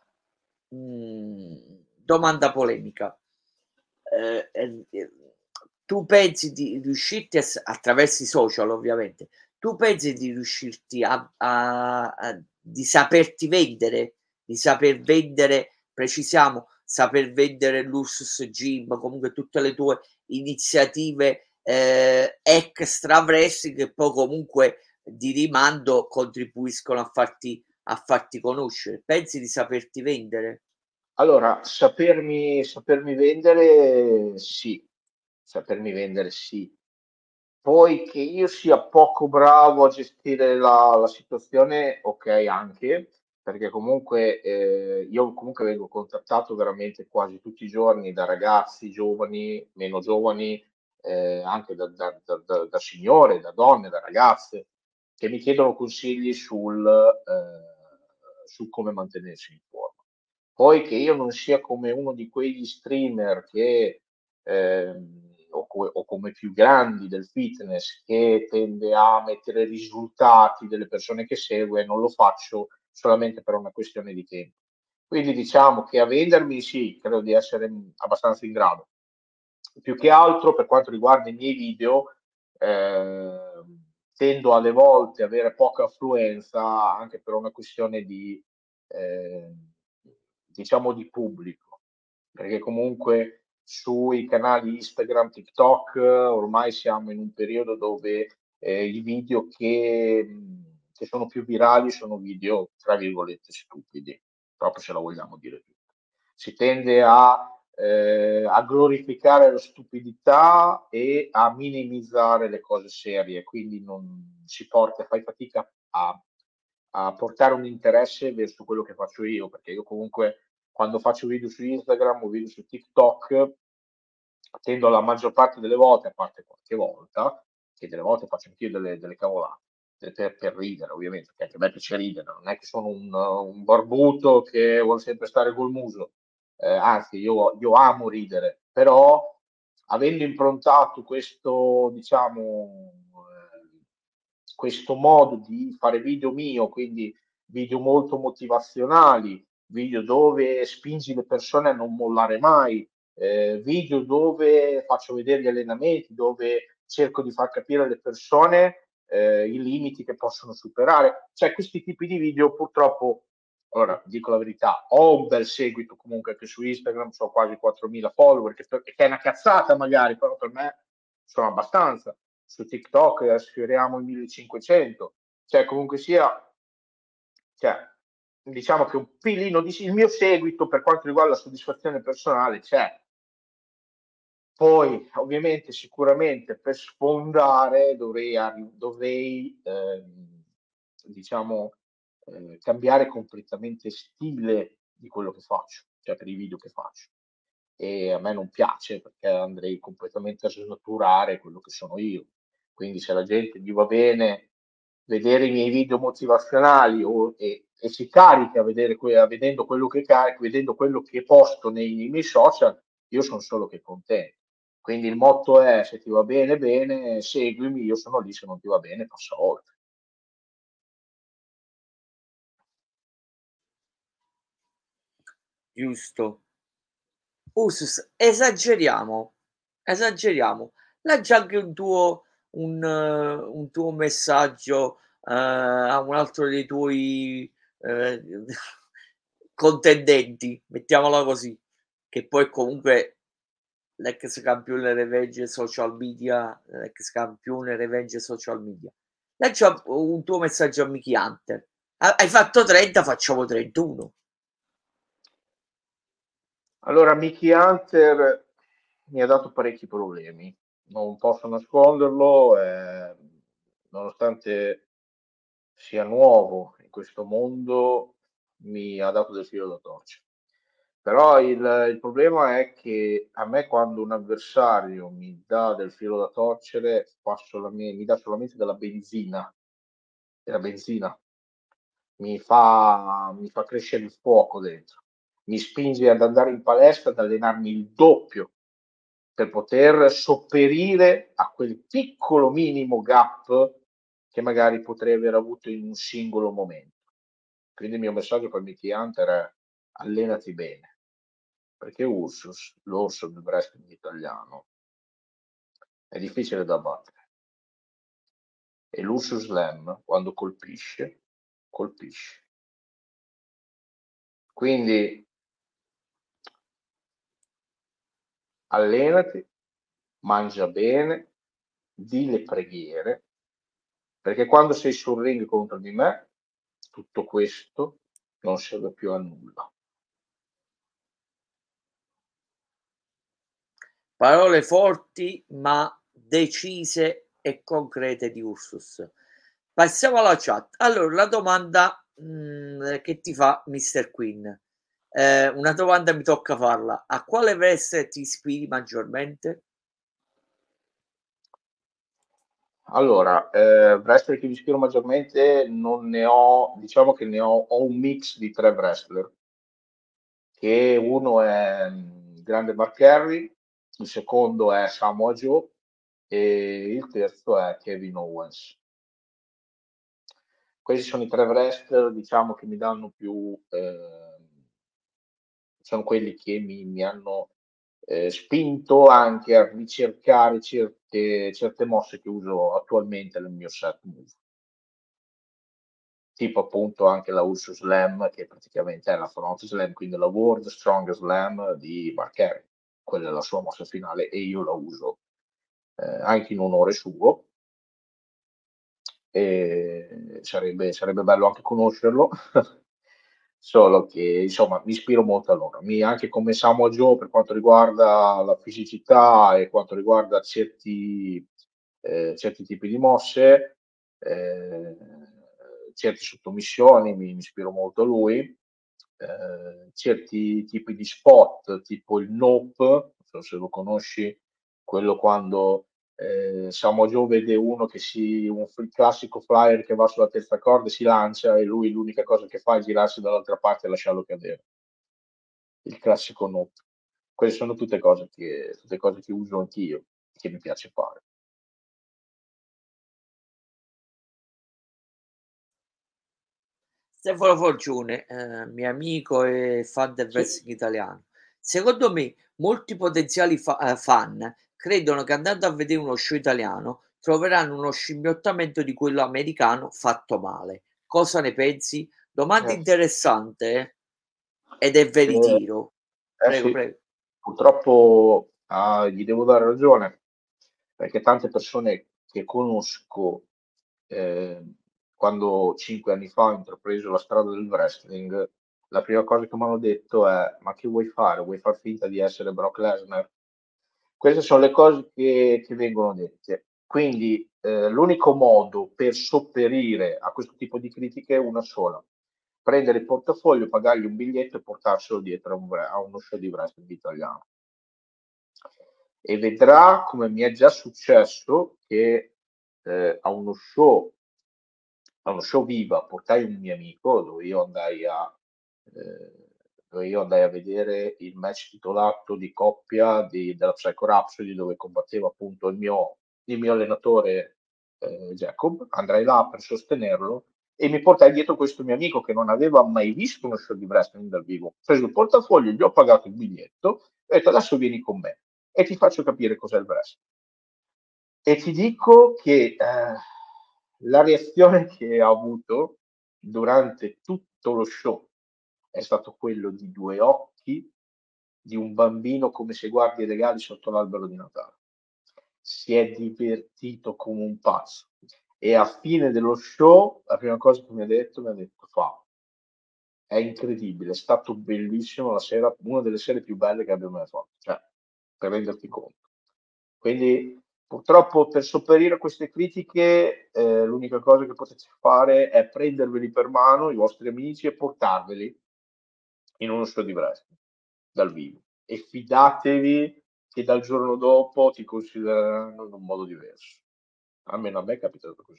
[SPEAKER 1] Mm, domanda polemica. Eh, eh, tu pensi di riuscirti a, attraverso i social, ovviamente, tu pensi di riuscirti a, a, a di saperti vendere, di saper vendere, precisiamo, saper vendere l'Ursus Gym, comunque tutte le tue iniziative eh, extra wrestling che poi comunque di rimando contribuiscono a farti, a farti conoscere. Pensi di saperti vendere?
[SPEAKER 2] Allora, sapermi, sapermi vendere, sì, sapermi vendere, sì. Poi che io sia poco bravo a gestire la, la situazione, ok, anche, perché comunque eh, io comunque vengo contattato veramente quasi tutti i giorni da ragazzi giovani, meno giovani, eh, anche da, da, da, da, da signore, da donne, da ragazze, che mi chiedono consigli sul, eh, su come mantenersi in forma. Poi che io non sia come uno di quegli streamer che, ehm, o, co- o come più grandi del fitness, che tende a mettere risultati delle persone che segue, non lo faccio solamente per una questione di tempo. Quindi diciamo che a vendermi sì, credo di essere abbastanza in grado. Più che altro per quanto riguarda i miei video, eh, tendo alle volte ad avere poca affluenza anche per una questione di, eh, diciamo, di pubblico, perché comunque sui canali Instagram, TikTok, ormai siamo in un periodo dove eh, i video che, che sono più virali sono video, tra virgolette, stupidi, proprio se la vogliamo dire tutta. Si tende a eh, a glorificare la stupidità e a minimizzare le cose serie, quindi non si porta, fai fatica a, a portare un interesse verso quello che faccio io, perché io comunque quando faccio video su Instagram o video su TikTok tendo la maggior parte delle volte, a parte qualche volta, che delle volte faccio anch'io delle, delle cavolate, per, per ridere ovviamente, perché anche a me piace ridere, non è che sono un, un barbuto che vuole sempre stare col muso, eh, anzi io, io amo ridere, però avendo improntato questo, diciamo, eh, questo modo di fare video mio, quindi video molto motivazionali, video dove spingi le persone a non mollare mai, eh, video dove faccio vedere gli allenamenti, dove cerco di far capire alle persone eh, i limiti che possono superare. Cioè, questi tipi di video purtroppo, ora dico la verità, ho un bel seguito comunque anche su Instagram, ho quasi quattromila follower, che, che è una cazzata magari, però per me sono abbastanza. Su TikTok sfioriamo i millecinquecento, cioè comunque sia, cioè, diciamo che un pilino di il mio seguito per quanto riguarda la soddisfazione personale c'è. Poi, ovviamente, sicuramente per sfondare dovrei, dovrei ehm, diciamo, eh, cambiare completamente stile di quello che faccio, cioè per i video che faccio. E a me non piace perché andrei completamente a snaturare quello che sono io. Quindi se la gente gli va bene vedere i miei video motivazionali o, e, e si carica a vedere que- a vedendo quello che carico, vedendo quello che posto nei, nei miei social, io sono solo che contento. Quindi il motto è: se ti va bene, bene, seguimi, io sono lì, se non ti va bene, passa oltre.
[SPEAKER 1] Giusto. Ursus, esageriamo, esageriamo. Leggi anche un tuo, un, eh, un tuo messaggio eh, a un altro dei tuoi eh, contendenti, mettiamola così, che poi comunque l'ex campione revenge social media, l'ex campione revenge social media. Leggi un tuo messaggio a Mickey Hunter. Hai fatto trenta, facciamo trentuno.
[SPEAKER 2] Allora, Mickey Hunter mi ha dato parecchi problemi, non posso nasconderlo, eh, nonostante sia nuovo in questo mondo, mi ha dato del filo da torcere. Però il, il problema è che a me quando un avversario mi dà del filo da torcere, fa solamente- mi dà solamente della benzina, della benzina, mi fa, mi fa crescere il fuoco dentro, mi spinge ad andare in palestra, ad allenarmi il doppio per poter sopperire a quel piccolo minimo gap che magari potrei aver avuto in un singolo momento. Quindi il mio messaggio per Mickey Hunter è allenati bene, perché Ursus, l'orso del wrestling italiano, è difficile da battere. E l'Ursus Slam, quando colpisce, colpisce. Quindi allenati, mangia bene, di le preghiere, perché quando sei sul ring contro di me, tutto questo non serve più a nulla.
[SPEAKER 1] Parole forti ma decise e concrete di Ursus. Passiamo alla chat. Allora, la domanda mh, che ti fa mister Queen. Eh, una domanda mi tocca farla. A quale wrestler ti ispiri maggiormente?
[SPEAKER 2] Allora, eh, wrestler che mi ispiro maggiormente non ne ho, diciamo che ne ho, ho un mix di tre wrestler, che uno è mm, grande Mark Henry, il secondo è Samoa Joe e il terzo è Kevin Owens. Questi sono i tre wrestler, diciamo, che mi danno più, eh, sono quelli che mi, mi hanno eh, spinto anche a ricercare certe, certe mosse che uso attualmente nel mio set move. Tipo appunto anche la Ursus Slam, che praticamente è la Front Slam, quindi la World Strong Slam di Mark Henry. Quella è la sua mossa finale e io la uso eh, anche in onore suo. E sarebbe, sarebbe bello anche conoscerlo, solo che insomma mi ispiro molto a loro. Mi, anche come Samoa Joe per quanto riguarda la fisicità e quanto riguarda certi, eh, certi tipi di mosse, eh, certe sottomissioni, mi, mi ispiro molto a lui. Eh, certi tipi di spot, tipo il Nope, non so se lo conosci, quello quando eh, Samoa Joe vede uno che si, un f- classico flyer che va sulla terza corda e si lancia e lui l'unica cosa che fa è girarsi dall'altra parte e lasciarlo cadere. Il classico Nope. Queste sono tutte cose che, tutte cose che uso anch'io, che mi piace fare.
[SPEAKER 1] Stefano Forgione, eh, mio amico e fan del
[SPEAKER 2] Sì.
[SPEAKER 1] wrestling italiano. Secondo me, molti potenziali fa- eh, fan credono che andando a vedere uno show italiano troveranno uno scimmiottamento di quello americano fatto male. Cosa ne pensi? Domanda
[SPEAKER 2] Eh,
[SPEAKER 1] interessante, eh? Ed è
[SPEAKER 2] eh,
[SPEAKER 1] veritiero.
[SPEAKER 2] eh
[SPEAKER 1] Prego,
[SPEAKER 2] sì,
[SPEAKER 1] prego.
[SPEAKER 2] purtroppo ah, gli devo dare ragione, perché tante persone che conosco, eh, quando cinque anni fa ho intrapreso la strada del wrestling, la prima cosa che mi hanno detto è: ma che vuoi fare? Vuoi far finta di essere Brock Lesnar? Queste sono le cose che, che vengono dette. Quindi eh, l'unico modo per sopperire a questo tipo di critiche è una sola: prendere il portafoglio, pagargli un biglietto e portarselo dietro a, un, a uno show di wrestling italiano. E vedrà, come mi è già successo, che eh, a uno show, a uno show viva portai un mio amico dove io andai a, eh, dove io andai a vedere il match titolato di coppia di, della Psycho Rhapsody dove combatteva appunto il mio, il mio allenatore eh, Jacob. Andrai là per sostenerlo e mi portai dietro questo mio amico che non aveva mai visto uno show di wrestling dal vivo. Ho preso il portafoglio, gli ho pagato il biglietto e ho detto: adesso vieni con me e ti faccio capire cos'è il wrestling. E ti dico che eh, la reazione che ha avuto durante tutto lo show è stato quello di due occhi di un bambino come se guardi i regali sotto l'albero di Natale. Si è divertito come un pazzo. E a fine dello show, la prima cosa che mi ha detto, mi ha detto: fa, è incredibile, è stato bellissimo la sera, una delle sere più belle che abbia mai fatto, cioè, per renderti conto. Quindi, purtroppo, per sopperire a queste critiche, eh, l'unica cosa che potete fare è prenderveli per mano, i vostri amici, e portarveli in uno show di wrestling, dal vivo. E fidatevi che dal giorno dopo ti considereranno in un modo diverso. Almeno a me è capitato così.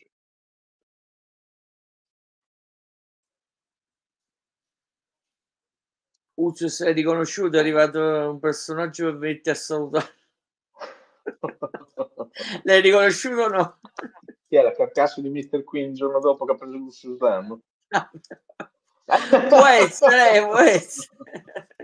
[SPEAKER 1] Uzius è riconosciuto, è arrivato un personaggio per venirti a salutare. L'hai riconosciuto o no?
[SPEAKER 2] Chi è la carcassa di mister Queen il giorno dopo che ha preso il Suzanne?
[SPEAKER 1] Può essere, può essere.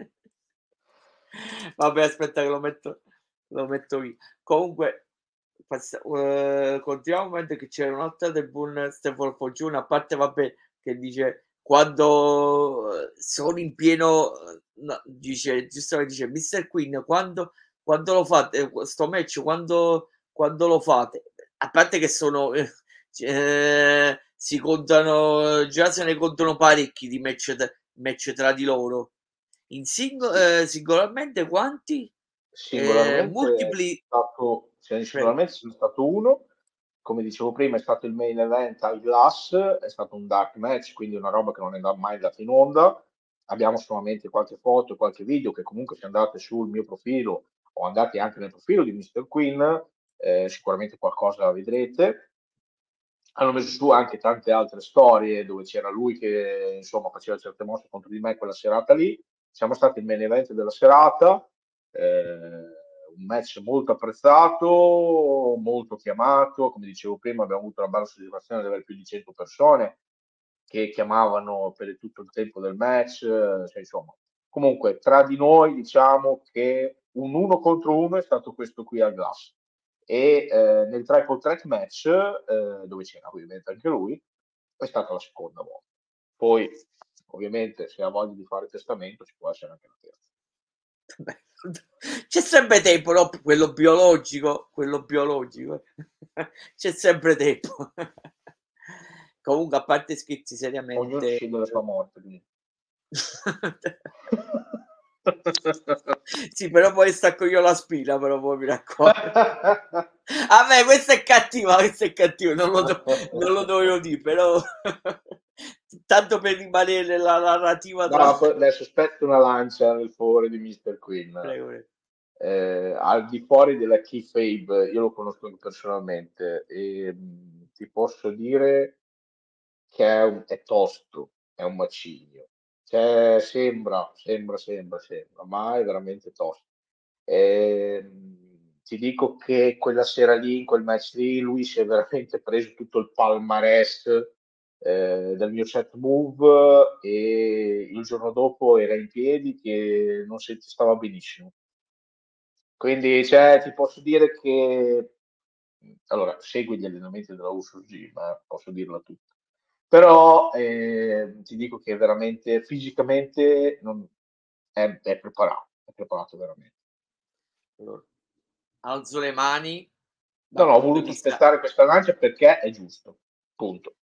[SPEAKER 1] Vabbè, aspetta che lo metto, lo metto lì. Comunque, passa, uh, continuiamo un momento che c'era un'altra del buon Stefano Foggione, a parte vabbè che dice quando sono in pieno, no, dice giustamente dice mister Queen quando, quando lo fate sto match quando, quando lo fate, a parte che sono eh, eh, si contano, già se ne contano parecchi di match, match tra di loro in singo- eh, singolarmente quanti? Eh,
[SPEAKER 2] Singolarmente è
[SPEAKER 1] multipli.
[SPEAKER 2] stato, cioè,
[SPEAKER 1] Prego.
[SPEAKER 2] singolarmente sono stato uno, come dicevo prima, è stato il main event al Glass, è stato un dark match, quindi una roba che non è da- mai andata in onda. Abbiamo solamente qualche foto, qualche video che comunque se andate sul mio profilo o andate anche nel profilo di mister Queen, eh, sicuramente qualcosa vedrete. Hanno messo su anche tante altre storie dove c'era lui che insomma faceva certe mosse contro di me quella serata lì. Siamo stati il main event della serata, eh, un match molto apprezzato, molto chiamato, come dicevo prima abbiamo avuto la bella soddisfazione di avere più di cento persone che chiamavano per tutto il tempo del match, cioè, insomma, comunque tra di noi diciamo che un uno contro uno è stato questo qui al Glass e eh, nel triple threat match eh, dove c'era ovviamente anche lui è stata la seconda volta. Poi ovviamente se ha voglia di fare testamento ci può essere anche la terza.
[SPEAKER 1] C'è sempre tempo, no? Quello biologico, quello biologico. C'è sempre tempo. Comunque, a parte scherzi,
[SPEAKER 2] Ognuno
[SPEAKER 1] seriamente.
[SPEAKER 2] sceglie la sua morte. Quindi.
[SPEAKER 1] Sì, però poi stacco io la spina, però poi mi raccomando. A me questo è cattivo, questo è cattivo, non lo, do, non lo dovevo dire, però tanto per rimanere nella narrativa tra.
[SPEAKER 2] No, adesso aspetto una lancia nel favore di mister Queen.
[SPEAKER 1] Prego, prego.
[SPEAKER 2] Eh, al di fuori della kayfabe, io lo conosco personalmente e mh, ti posso dire che è, un, è tosto, è un macigno. Cioè, sembra, sembra, sembra, sembra, ma è veramente tosto. E, mh, ti dico che quella sera lì, in quel match lì, lui si è veramente preso tutto il palmarès eh, del mio set move e il giorno dopo era in piedi che non si stava benissimo. Quindi cioè, ti posso dire che allora segui gli allenamenti della Usus Gym, eh, posso dirla tutta. Però eh, ti dico che veramente fisicamente non, è, è preparato, è preparato veramente.
[SPEAKER 1] Allora, alzo le mani
[SPEAKER 2] No,
[SPEAKER 1] dal
[SPEAKER 2] no, ho
[SPEAKER 1] punto di
[SPEAKER 2] voluto
[SPEAKER 1] vista
[SPEAKER 2] spezzare questa lancia perché è giusto. Punto.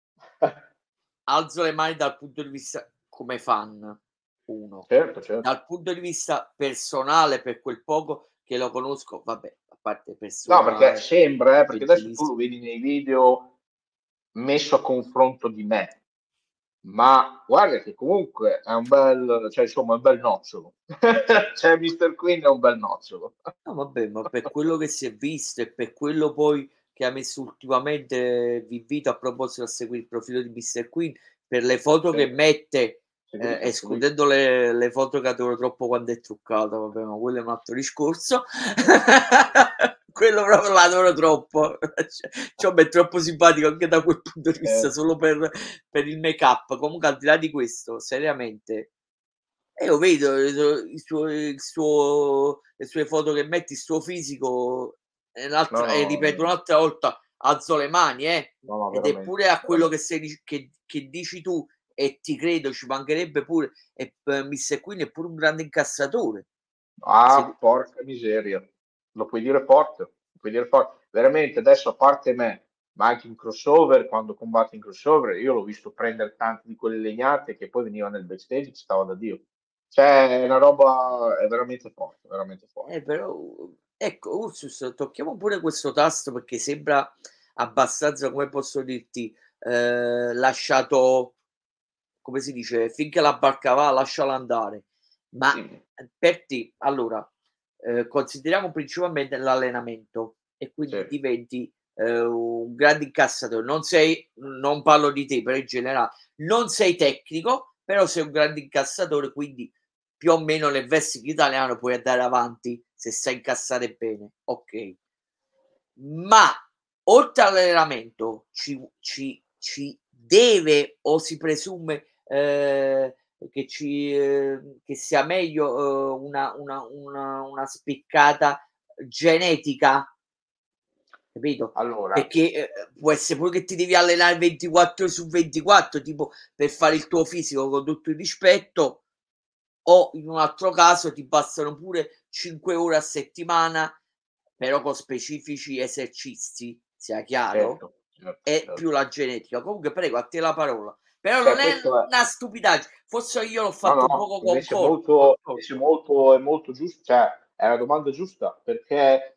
[SPEAKER 1] alzo le mani dal punto di vista come fan, uno.
[SPEAKER 2] Certo, certo.
[SPEAKER 1] Dal punto di vista personale, per quel poco che lo conosco, vabbè, a parte
[SPEAKER 2] No, perché
[SPEAKER 1] persona
[SPEAKER 2] sembra, eh, perché adesso tu lo
[SPEAKER 1] gentilissima.
[SPEAKER 2] vedi nei video messo a confronto di me, ma guarda che comunque è un bel, cioè insomma, è un bel nocciolo. Cioè, mister Queen è un bel nocciolo.
[SPEAKER 1] No, vabbè, ma per quello che si è visto e per quello poi che ha messo ultimamente, vi invito a proposito a seguire il profilo di mister Queen, per le foto che
[SPEAKER 2] Sì,
[SPEAKER 1] mette, eh,
[SPEAKER 2] seguito, seguito.
[SPEAKER 1] escludendo le, le foto che adoro troppo quando è truccata, vabbè, ma quello è un altro discorso. Quello proprio l'adoro troppo. Cioè, è troppo simpatico anche da quel punto di vista,
[SPEAKER 2] Eh,
[SPEAKER 1] solo per, per il make up. Comunque, al di là di questo, seriamente. E io vedo il suo, il suo, le sue foto che metti, il suo fisico, e,
[SPEAKER 2] no,
[SPEAKER 1] l'altra, e ripeto
[SPEAKER 2] no,
[SPEAKER 1] un'altra volta, alzo le mani, eh,
[SPEAKER 2] no, no,
[SPEAKER 1] ed è
[SPEAKER 2] veramente,
[SPEAKER 1] pure a quello che,
[SPEAKER 2] veramente.
[SPEAKER 1] sei, che, che dici tu, e ti credo, ci mancherebbe pure, e eh, mister Queen è pure un grande incassatore.
[SPEAKER 2] Ah,
[SPEAKER 1] Se,
[SPEAKER 2] porca miseria. Lo puoi dire forte, lo puoi dire forte. Veramente, adesso a parte me, ma anche in crossover, quando combatte in crossover, io l'ho visto prendere tante di quelle legnate che poi veniva nel backstage, ci stava da Dio. Cioè, è una roba, è veramente forte, veramente forte.
[SPEAKER 1] Eh, però, ecco, Ursus, tocchiamo pure questo tasto perché sembra abbastanza, come posso dirti, ehm, lasciato, come si dice, finché la barca va lasciala andare. Ma,
[SPEAKER 2] Sì,
[SPEAKER 1] ehm, per te allora, ehm, consideriamo principalmente l'allenamento e
[SPEAKER 2] sì,
[SPEAKER 1] quindi diventi, ehm, un grande incassatore. Non sei non parlo di te, però in genera non sei tecnico, però sei un grande incassatore, quindi più o meno nel wrestling italiano puoi andare avanti se sai incassare bene, okay. Ma oltre all'allenamento ci ci ci deve o si presume, ehm, che ci ehm, che sia meglio, uhm, una una una una spiccata genetica, capito?
[SPEAKER 2] allora,
[SPEAKER 1] Perché, ehm, può essere pure che ti devi allenare ventiquattro ore su ventiquattro, tipo per fare il tuo fisico, con tutto il rispetto, o in un altro caso ti bastano pure cinque ore a settimana, però con specifici esercizi, sia chiaro,
[SPEAKER 2] certo, certo,
[SPEAKER 1] e più
[SPEAKER 2] certo.
[SPEAKER 1] la genetica. Comunque prego, a te la parola. Però
[SPEAKER 2] Cioè,
[SPEAKER 1] non è
[SPEAKER 2] questo è,
[SPEAKER 1] una stupidaggine, forse io l'ho
[SPEAKER 2] no,
[SPEAKER 1] fatto un
[SPEAKER 2] no,
[SPEAKER 1] poco con
[SPEAKER 2] invece è
[SPEAKER 1] cor con
[SPEAKER 2] molto,
[SPEAKER 1] torto.
[SPEAKER 2] invece è molto, è molto giusto, cioè è una domanda giusta perché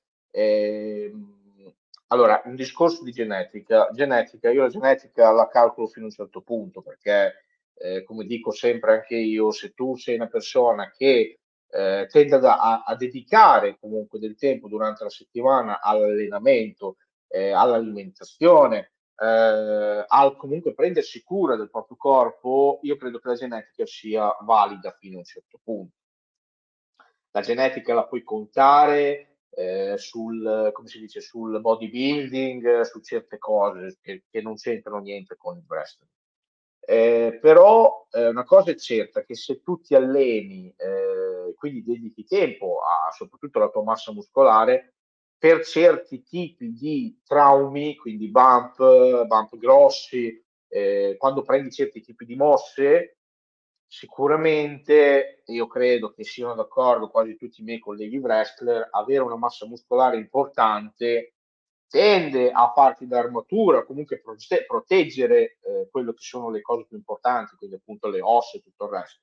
[SPEAKER 2] ehm, allora un discorso di genetica, genetica, io la genetica la calcolo fino a un certo punto perché eh, come dico sempre anche io, se tu sei una persona che eh, tende a, a- a dedicare comunque del tempo durante la settimana all'allenamento, eh, all'alimentazione, eh, al comunque prendersi cura del proprio corpo, io credo che la genetica sia valida fino a un certo punto. La genetica la puoi contare eh, sul, come si dice, sul bodybuilding, su certe cose che, che non c'entrano niente con il wrestling. Eh, però eh, una cosa è certa, che se tu ti alleni, eh, quindi dedichi tempo a soprattutto alla tua massa muscolare, per certi tipi di traumi, quindi bump, bump grossi, eh, quando prendi certi tipi di mosse, sicuramente io credo che siano d'accordo quasi tutti i miei colleghi wrestler, avere una massa muscolare importante tende a farti da armatura, comunque prote- proteggere eh, quello che sono le cose più importanti, quindi appunto le ossa e tutto il resto.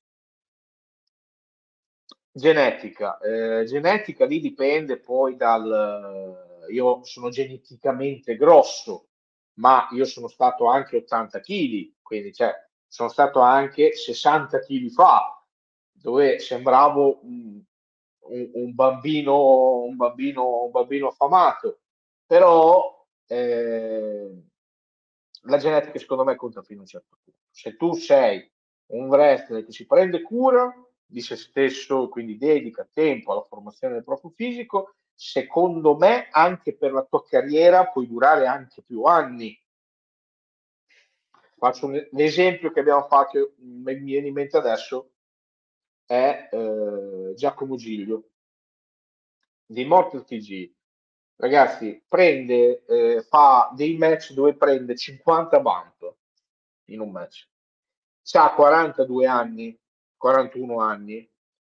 [SPEAKER 2] Genetica, eh, genetica lì dipende poi dal... Io sono geneticamente grosso, ma io sono stato anche ottanta chili, quindi cioè, sono stato anche sessanta chili fa, dove sembravo un, un, un bambino, un bambino, un bambino affamato, però eh, la genetica secondo me conta fino a un certo punto. Se tu sei un wrestler che si prende cura di se stesso, quindi dedica tempo alla formazione del proprio fisico, secondo me anche per la tua carriera puoi durare anche più anni. Faccio un, l'esempio che abbiamo fatto, mi viene in mente adesso, è eh, Giacomo Giglio di Immortal T G. Ragazzi, prende, eh, fa dei match dove prende cinquanta bump in un match. C'ha quarantadue anni, quarantuno anni,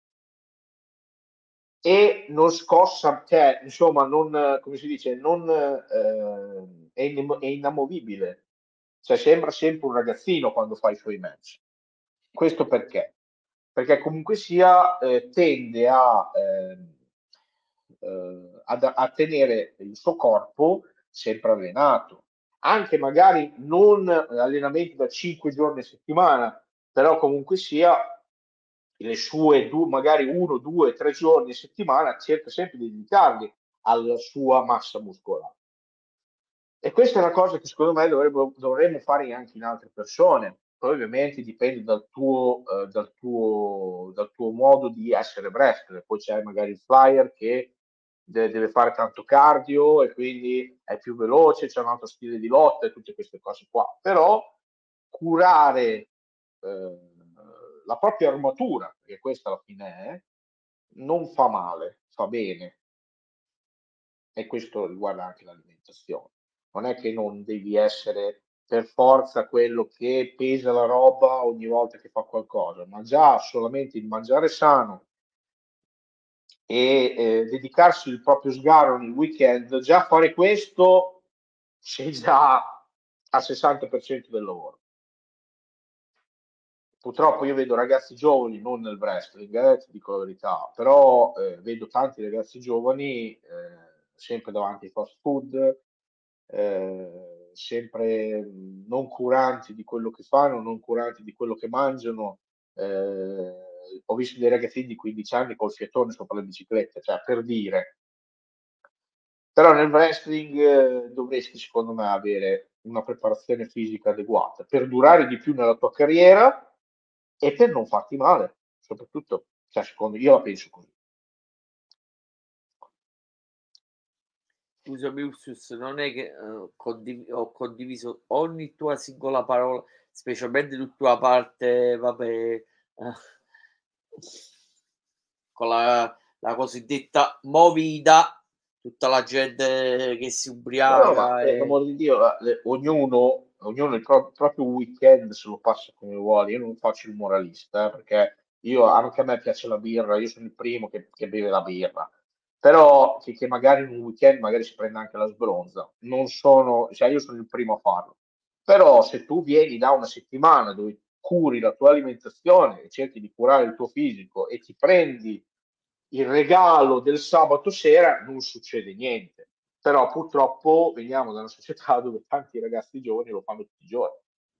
[SPEAKER 2] e non scossa, cioè, insomma, non, come si dice, non, eh, è, in- è inamovibile. Cioè, sembra sempre un ragazzino quando fa i suoi match. Questo perché? Perché comunque sia, eh, tende a, ehm, eh, ad- a tenere il suo corpo sempre allenato. Anche magari non allenamenti da cinque giorni a settimana, però comunque sia le sue due, magari uno, due, tre giorni a settimana, cerca sempre di dedicarli alla sua massa muscolare. E questa è una cosa che secondo me dovremmo, dovremmo fare anche in altre persone. Poi ovviamente dipende dal tuo, eh, dal tuo, dal tuo modo di essere wrestler. Poi c'è magari il flyer che de- deve fare tanto cardio e quindi è più veloce, c'è un altro stile di lotta e tutte queste cose qua. Però curare eh, la propria armatura, perché questa alla fine è, non fa male, fa bene. E questo riguarda anche l'alimentazione. Non è che non devi essere per forza quello che pesa la roba ogni volta che fa qualcosa, ma già solamente il mangiare sano e eh, dedicarsi il proprio sgarro nel weekend, già fare questo sei già al sessanta per cento del lavoro. Purtroppo io vedo ragazzi giovani, non nel wrestling, eh, ti dico la verità, però eh, vedo tanti ragazzi giovani eh, sempre davanti ai fast food, eh, sempre mh, non curanti di quello che fanno, non curanti di quello che mangiano. Eh, ho visto dei ragazzini di quindici anni col fiatone sopra le biciclette, cioè per dire. Però nel wrestling eh, dovresti, secondo me, avere una preparazione fisica adeguata per durare di più nella tua carriera e per non farti male, soprattutto, cioè, secondo io la penso così.
[SPEAKER 1] Scusami Ursus, non è che eh, condiv- ho condiviso ogni tua singola parola, specialmente la tua parte, vabbè, eh, con la, la cosiddetta movida, tutta la gente che si
[SPEAKER 2] No, no, ma
[SPEAKER 1] ubriaca
[SPEAKER 2] per
[SPEAKER 1] e...
[SPEAKER 2] l'amor di Dio, la- le- ognuno, ognuno il pro- proprio weekend se lo passa come vuole. Io non faccio il moralista, eh, perché io, anche a me piace la birra, io sono il primo che, che beve la birra. Però che, che magari in un weekend magari si prende anche la sbronza. Non sono, cioè io sono il primo a farlo. Però se tu vieni da una settimana dove curi la tua alimentazione e cerchi di curare il tuo fisico e ti prendi il regalo del sabato sera, non succede niente. Però purtroppo veniamo da una società dove tanti ragazzi giovani lo fanno tutti i giorni.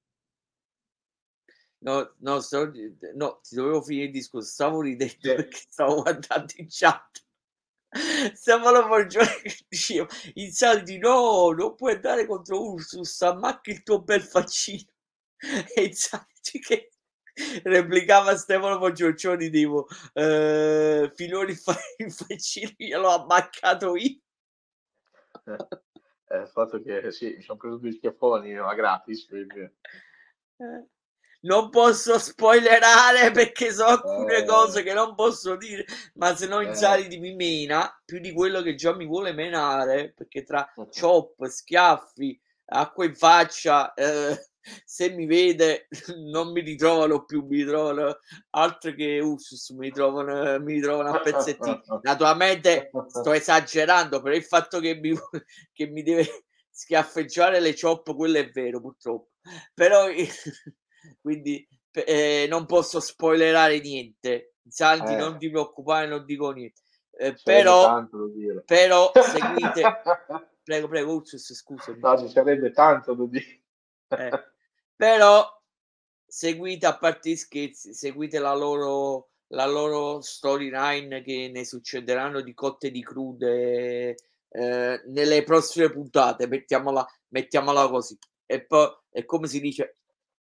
[SPEAKER 1] No, no, sto- no, ti dovevo finire il discorso, stavo ridendo
[SPEAKER 2] Sì.
[SPEAKER 1] perché stavo guardando in chat. Stefano Forgione che diceva, Insaldi no, non puoi andare contro Ursus, ammacca il tuo bel faccino. E Insaldi che replicava Stefano Forgione, dicevo, eh, Filoni fa il faccino, gliel'ho ammaccato io.
[SPEAKER 2] Eh, eh, il fatto che sì, mi sono preso due schiaffoni ma gratis, quindi
[SPEAKER 1] Eh, Non posso spoilerare perché so alcune cose
[SPEAKER 2] eh,
[SPEAKER 1] che non posso dire, ma se no
[SPEAKER 2] eh,
[SPEAKER 1] Inzaghi mi mena più di quello che già mi vuole menare, perché tra chop, schiaffi, acqua in faccia, eh, se mi vede non mi ritrovano più, mi ritrovano altro che Ursus, mi ritrovano, mi ritrovano a pezzettini. Naturalmente sto esagerando, per il fatto che mi, che mi deve schiaffeggiare le chop, quello è vero purtroppo. Però quindi eh, non posso spoilerare niente. Saldi,
[SPEAKER 2] eh,
[SPEAKER 1] non ti preoccupare, non dico niente. Eh,
[SPEAKER 2] sarebbe
[SPEAKER 1] però,
[SPEAKER 2] tanto da dire.
[SPEAKER 1] però seguite, prego, prego, Ursus, scusami.
[SPEAKER 2] No, ci sarebbe tanto da dire.
[SPEAKER 1] Eh, però seguite, a parte gli scherzi, seguite la loro la loro storyline, che ne succederanno di cotte e di crude eh, nelle prossime puntate, mettiamola, mettiamola così. E poi è come si dice,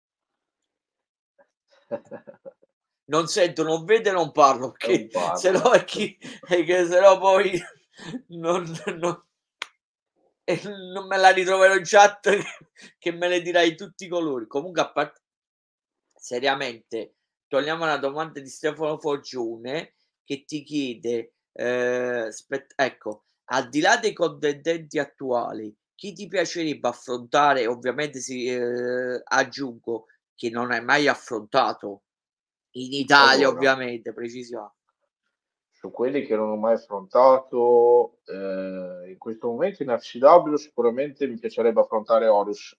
[SPEAKER 1] non sento, non vedo e non parlo,
[SPEAKER 2] Non
[SPEAKER 1] perché se no
[SPEAKER 2] parlo,
[SPEAKER 1] è
[SPEAKER 2] eh.
[SPEAKER 1] chi è che se no poi non, non, e non me la ritroverò in chat che, che me le dirai tutti i colori. Comunque, a parte seriamente, togliamo la domanda di Stefano Foggione che ti chiede, eh, spett- ecco, al di là dei contendenti attuali, chi ti piacerebbe affrontare? Ovviamente si, eh, aggiungo che non hai mai affrontato in Italia,
[SPEAKER 2] Allora,
[SPEAKER 1] ovviamente, precisiamo.
[SPEAKER 2] su quelli che non ho mai affrontato, eh, in questo momento in F C W sicuramente mi piacerebbe affrontare Horus,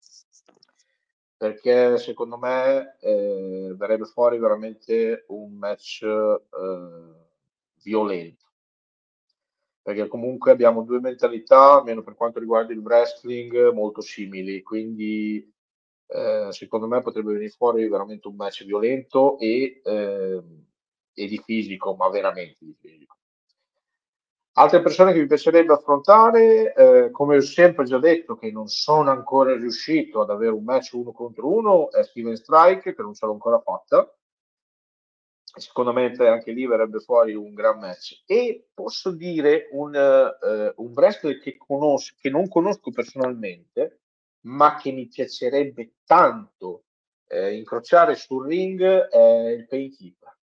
[SPEAKER 2] perché secondo me eh, verrebbe fuori veramente un match eh, violento, perché comunque abbiamo due mentalità, almeno per quanto riguarda il wrestling, molto simili, quindi eh, secondo me potrebbe venire fuori veramente un match violento e, eh, e di fisico, ma veramente di fisico. Altre persone che mi piacerebbe affrontare, eh, come ho sempre già detto, che non sono ancora riuscito ad avere un match uno contro uno, è Steven Strike, che non ce l'ho ancora fatta. Secondo me anche lì verrebbe fuori un gran match. E posso dire un, eh, un wrestler che, conosco, che non conosco personalmente, ma che mi piacerebbe tanto eh, incrociare sul ring, è il Paykeeper.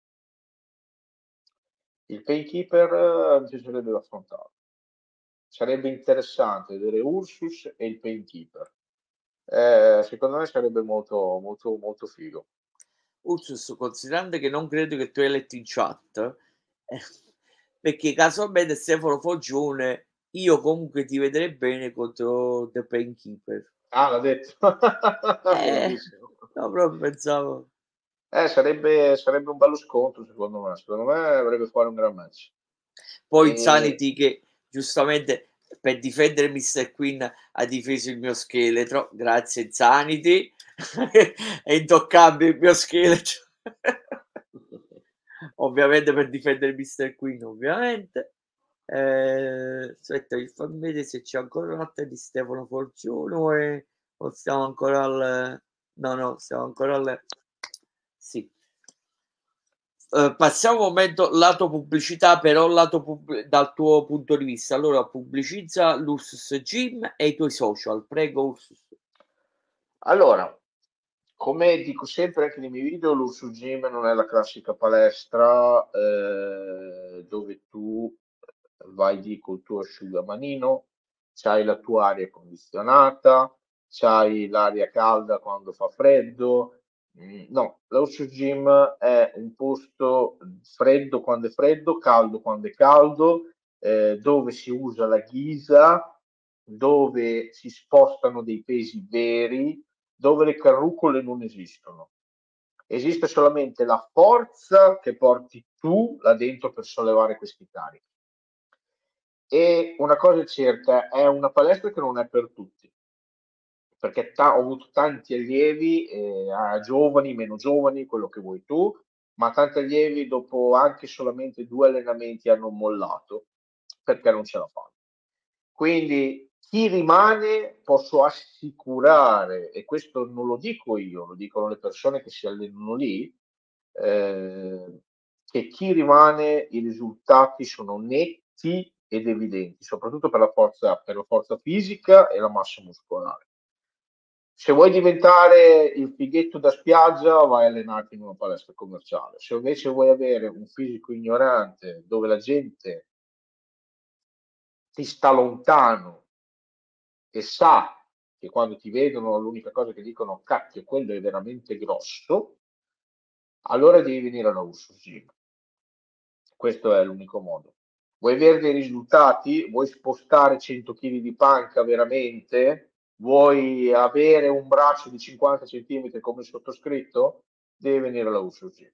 [SPEAKER 2] Il Paykeeper eh, mi piacerebbe affrontare. Sarebbe interessante vedere Ursus e il Paykeeper. Eh, secondo me sarebbe molto, molto, molto figo.
[SPEAKER 1] Ursus, considerando che non credo che tu hai letto in chat, eh, perché casualmente Stefano Foggione io comunque ti vedrei bene contro The Painkeeper.
[SPEAKER 2] Ah, l'ha detto.
[SPEAKER 1] Eh,
[SPEAKER 2] Bellissimo.
[SPEAKER 1] no, proprio pensavo.
[SPEAKER 2] Eh, sarebbe sarebbe un bello scontro secondo me. Secondo me avrebbe fuori un gran match.
[SPEAKER 1] Poi
[SPEAKER 2] E
[SPEAKER 1] Insanity che giustamente per difendere mister Queen ha difeso il mio scheletro, grazie Insanity, è intoccabile il mio scheletro. Ovviamente per difendere mister Queen, ovviamente. Eh, aspetta, fammi vedere se c'è ancora un'altra di Stefano Forgione o, è, o stiamo ancora al... No, no, stiamo ancora al... Sì. Uh, passiamo un momento lato pubblicità, però lato pub- dal tuo punto di vista. Allora, pubblicizza l'Ursus Gym e i tuoi social. Prego, Ursus.
[SPEAKER 2] allora, come dico sempre anche nei miei video, l'Ursus Gym non è la classica palestra eh, dove tu vai lì col tuo asciugamanino, c'hai la tua aria condizionata, c'hai l'aria calda quando fa freddo. Mm, no, l'Ursus Gym è un posto freddo quando è freddo, caldo quando è caldo, eh, dove si usa la ghisa, dove si spostano dei pesi veri, dove le carrucole non esistono. Esiste solamente la forza che porti tu là dentro per sollevare questi carichi. E una cosa è certa, è una palestra che non è per tutti, perché ta- ho avuto tanti allievi, eh, giovani, meno giovani, quello che vuoi tu, ma tanti allievi dopo anche solamente due allenamenti hanno mollato perché non ce la fanno. Quindi chi rimane posso assicurare, e questo non lo dico io, lo dicono le persone che si allenano lì, eh, che chi rimane i risultati sono netti ed evidenti, soprattutto per la forza, per la forza fisica e la massa muscolare. Se vuoi diventare il fighetto da spiaggia, vai a allenarti in una palestra commerciale. Se invece vuoi avere un fisico ignorante dove la gente ti sta lontano e sa che quando ti vedono l'unica cosa che dicono cacchio, quello è veramente grosso, allora devi venire alla Ursus Gym. Questo è l'unico modo. Vuoi avere dei risultati? Vuoi spostare cento chili di panca veramente? Vuoi avere un braccio di cinquanta centimetri come il sottoscritto? Devi venire alla Ursus Gym.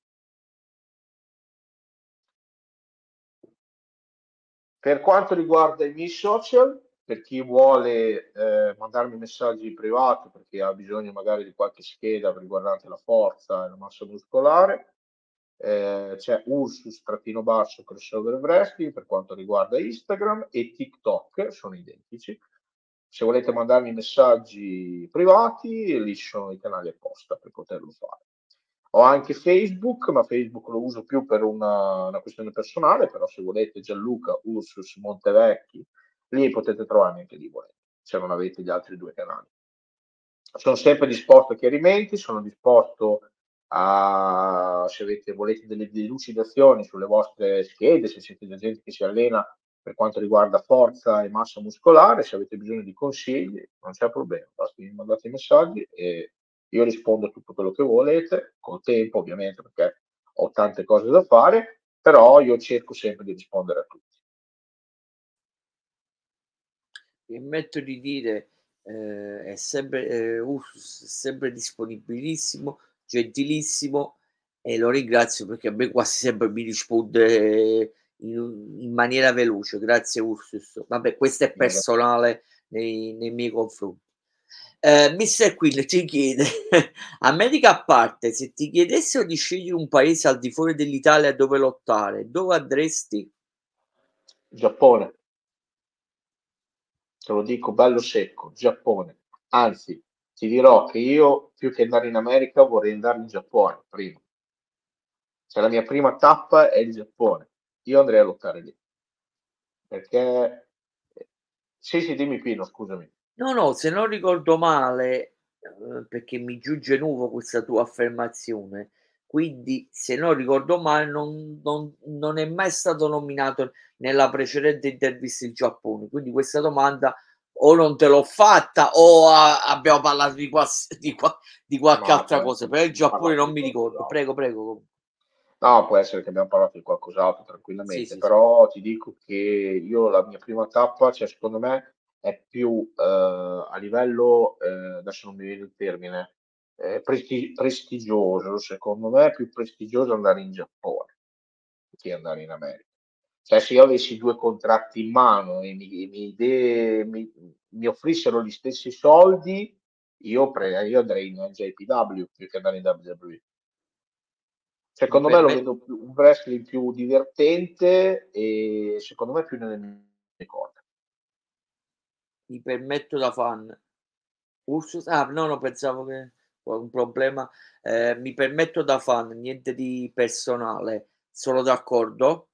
[SPEAKER 2] Per quanto riguarda i miei social, per chi vuole eh, mandarmi messaggi privati perché ha bisogno magari di qualche scheda riguardante la forza e la massa muscolare, eh, c'è Ursus-basso crossover wrestling per quanto riguarda Instagram e TikTok, sono identici. Se volete mandarmi messaggi privati, lì ci sono i canali apposta per poterlo fare. Ho anche Facebook, ma Facebook lo uso più per una, una questione personale, però se volete Gianluca Ursus Montevecchi, lì potete trovarmi anche lì, volete, se non avete gli altri due canali. Sono sempre disposto a chiarimenti, sono disposto a, se avete, volete delle delucidazioni sulle vostre schede, se siete da gente che si allena per quanto riguarda forza e massa muscolare, se avete bisogno di consigli, non c'è problema, basta che mi mandate i messaggi e io rispondo a tutto quello che volete, col tempo ovviamente perché ho tante cose da fare, però io cerco sempre di rispondere a tutti.
[SPEAKER 1] Mi permetto di dire, eh, è sempre, eh, Ursus è sempre disponibilissimo, gentilissimo e lo ringrazio perché a me quasi sempre mi risponde in, in maniera veloce. Grazie Ursus. Vabbè, questo è personale nei, nei miei confronti. Eh, mister Quill ti chiede, America a parte, se ti chiedessero di scegliere un paese al di fuori dell'Italia dove lottare, dove andresti?
[SPEAKER 2] Giappone. Te lo dico bello secco, Giappone. Anzi, ti dirò che io più che andare in America vorrei andare in Giappone prima. Cioè la mia prima tappa è il Giappone. Io andrei a lottare lì. Perché... Sì, sì, dimmi Pino, scusami.
[SPEAKER 1] No, no, se non ricordo male, eh, perché mi giunge nuovo questa tua affermazione, quindi se non ricordo male non, non- non è mai stato nominato nella precedente intervista il Giappone, quindi questa domanda o non te l'ho fatta o a- abbiamo parlato di, quals- di, qua- di qualche
[SPEAKER 2] Ma
[SPEAKER 1] altra
[SPEAKER 2] poi
[SPEAKER 1] cosa,
[SPEAKER 2] abbiamo
[SPEAKER 1] però il Giappone
[SPEAKER 2] parlato
[SPEAKER 1] non
[SPEAKER 2] di
[SPEAKER 1] mi ricordo.
[SPEAKER 2] qualcos'altro.
[SPEAKER 1] Prego, prego.
[SPEAKER 2] No, può essere che abbiamo parlato di qualcos'altro
[SPEAKER 1] Sì,
[SPEAKER 2] tranquillamente,
[SPEAKER 1] sì, sì.
[SPEAKER 2] però ti dico che io la mia prima tappa, cioè secondo me è più eh, a livello, eh, adesso non mi viene il termine, eh, presti- prestigioso, secondo me è più prestigioso andare in Giappone che andare in America. Cioè se io avessi due contratti in mano e mi, e mi de- mi- mi offrissero gli stessi soldi, io, pre- io andrei in J P W più che andare in W W E.
[SPEAKER 1] Mi
[SPEAKER 2] Secondo me lo
[SPEAKER 1] permetto,
[SPEAKER 2] vedo più, un wrestling più divertente e secondo me più nelle mie corde.
[SPEAKER 1] mi permetto da fan. Ursus ah, no, no, pensavo che ho un problema. Ehm, mi permetto da fan, niente di personale, sono d'accordo.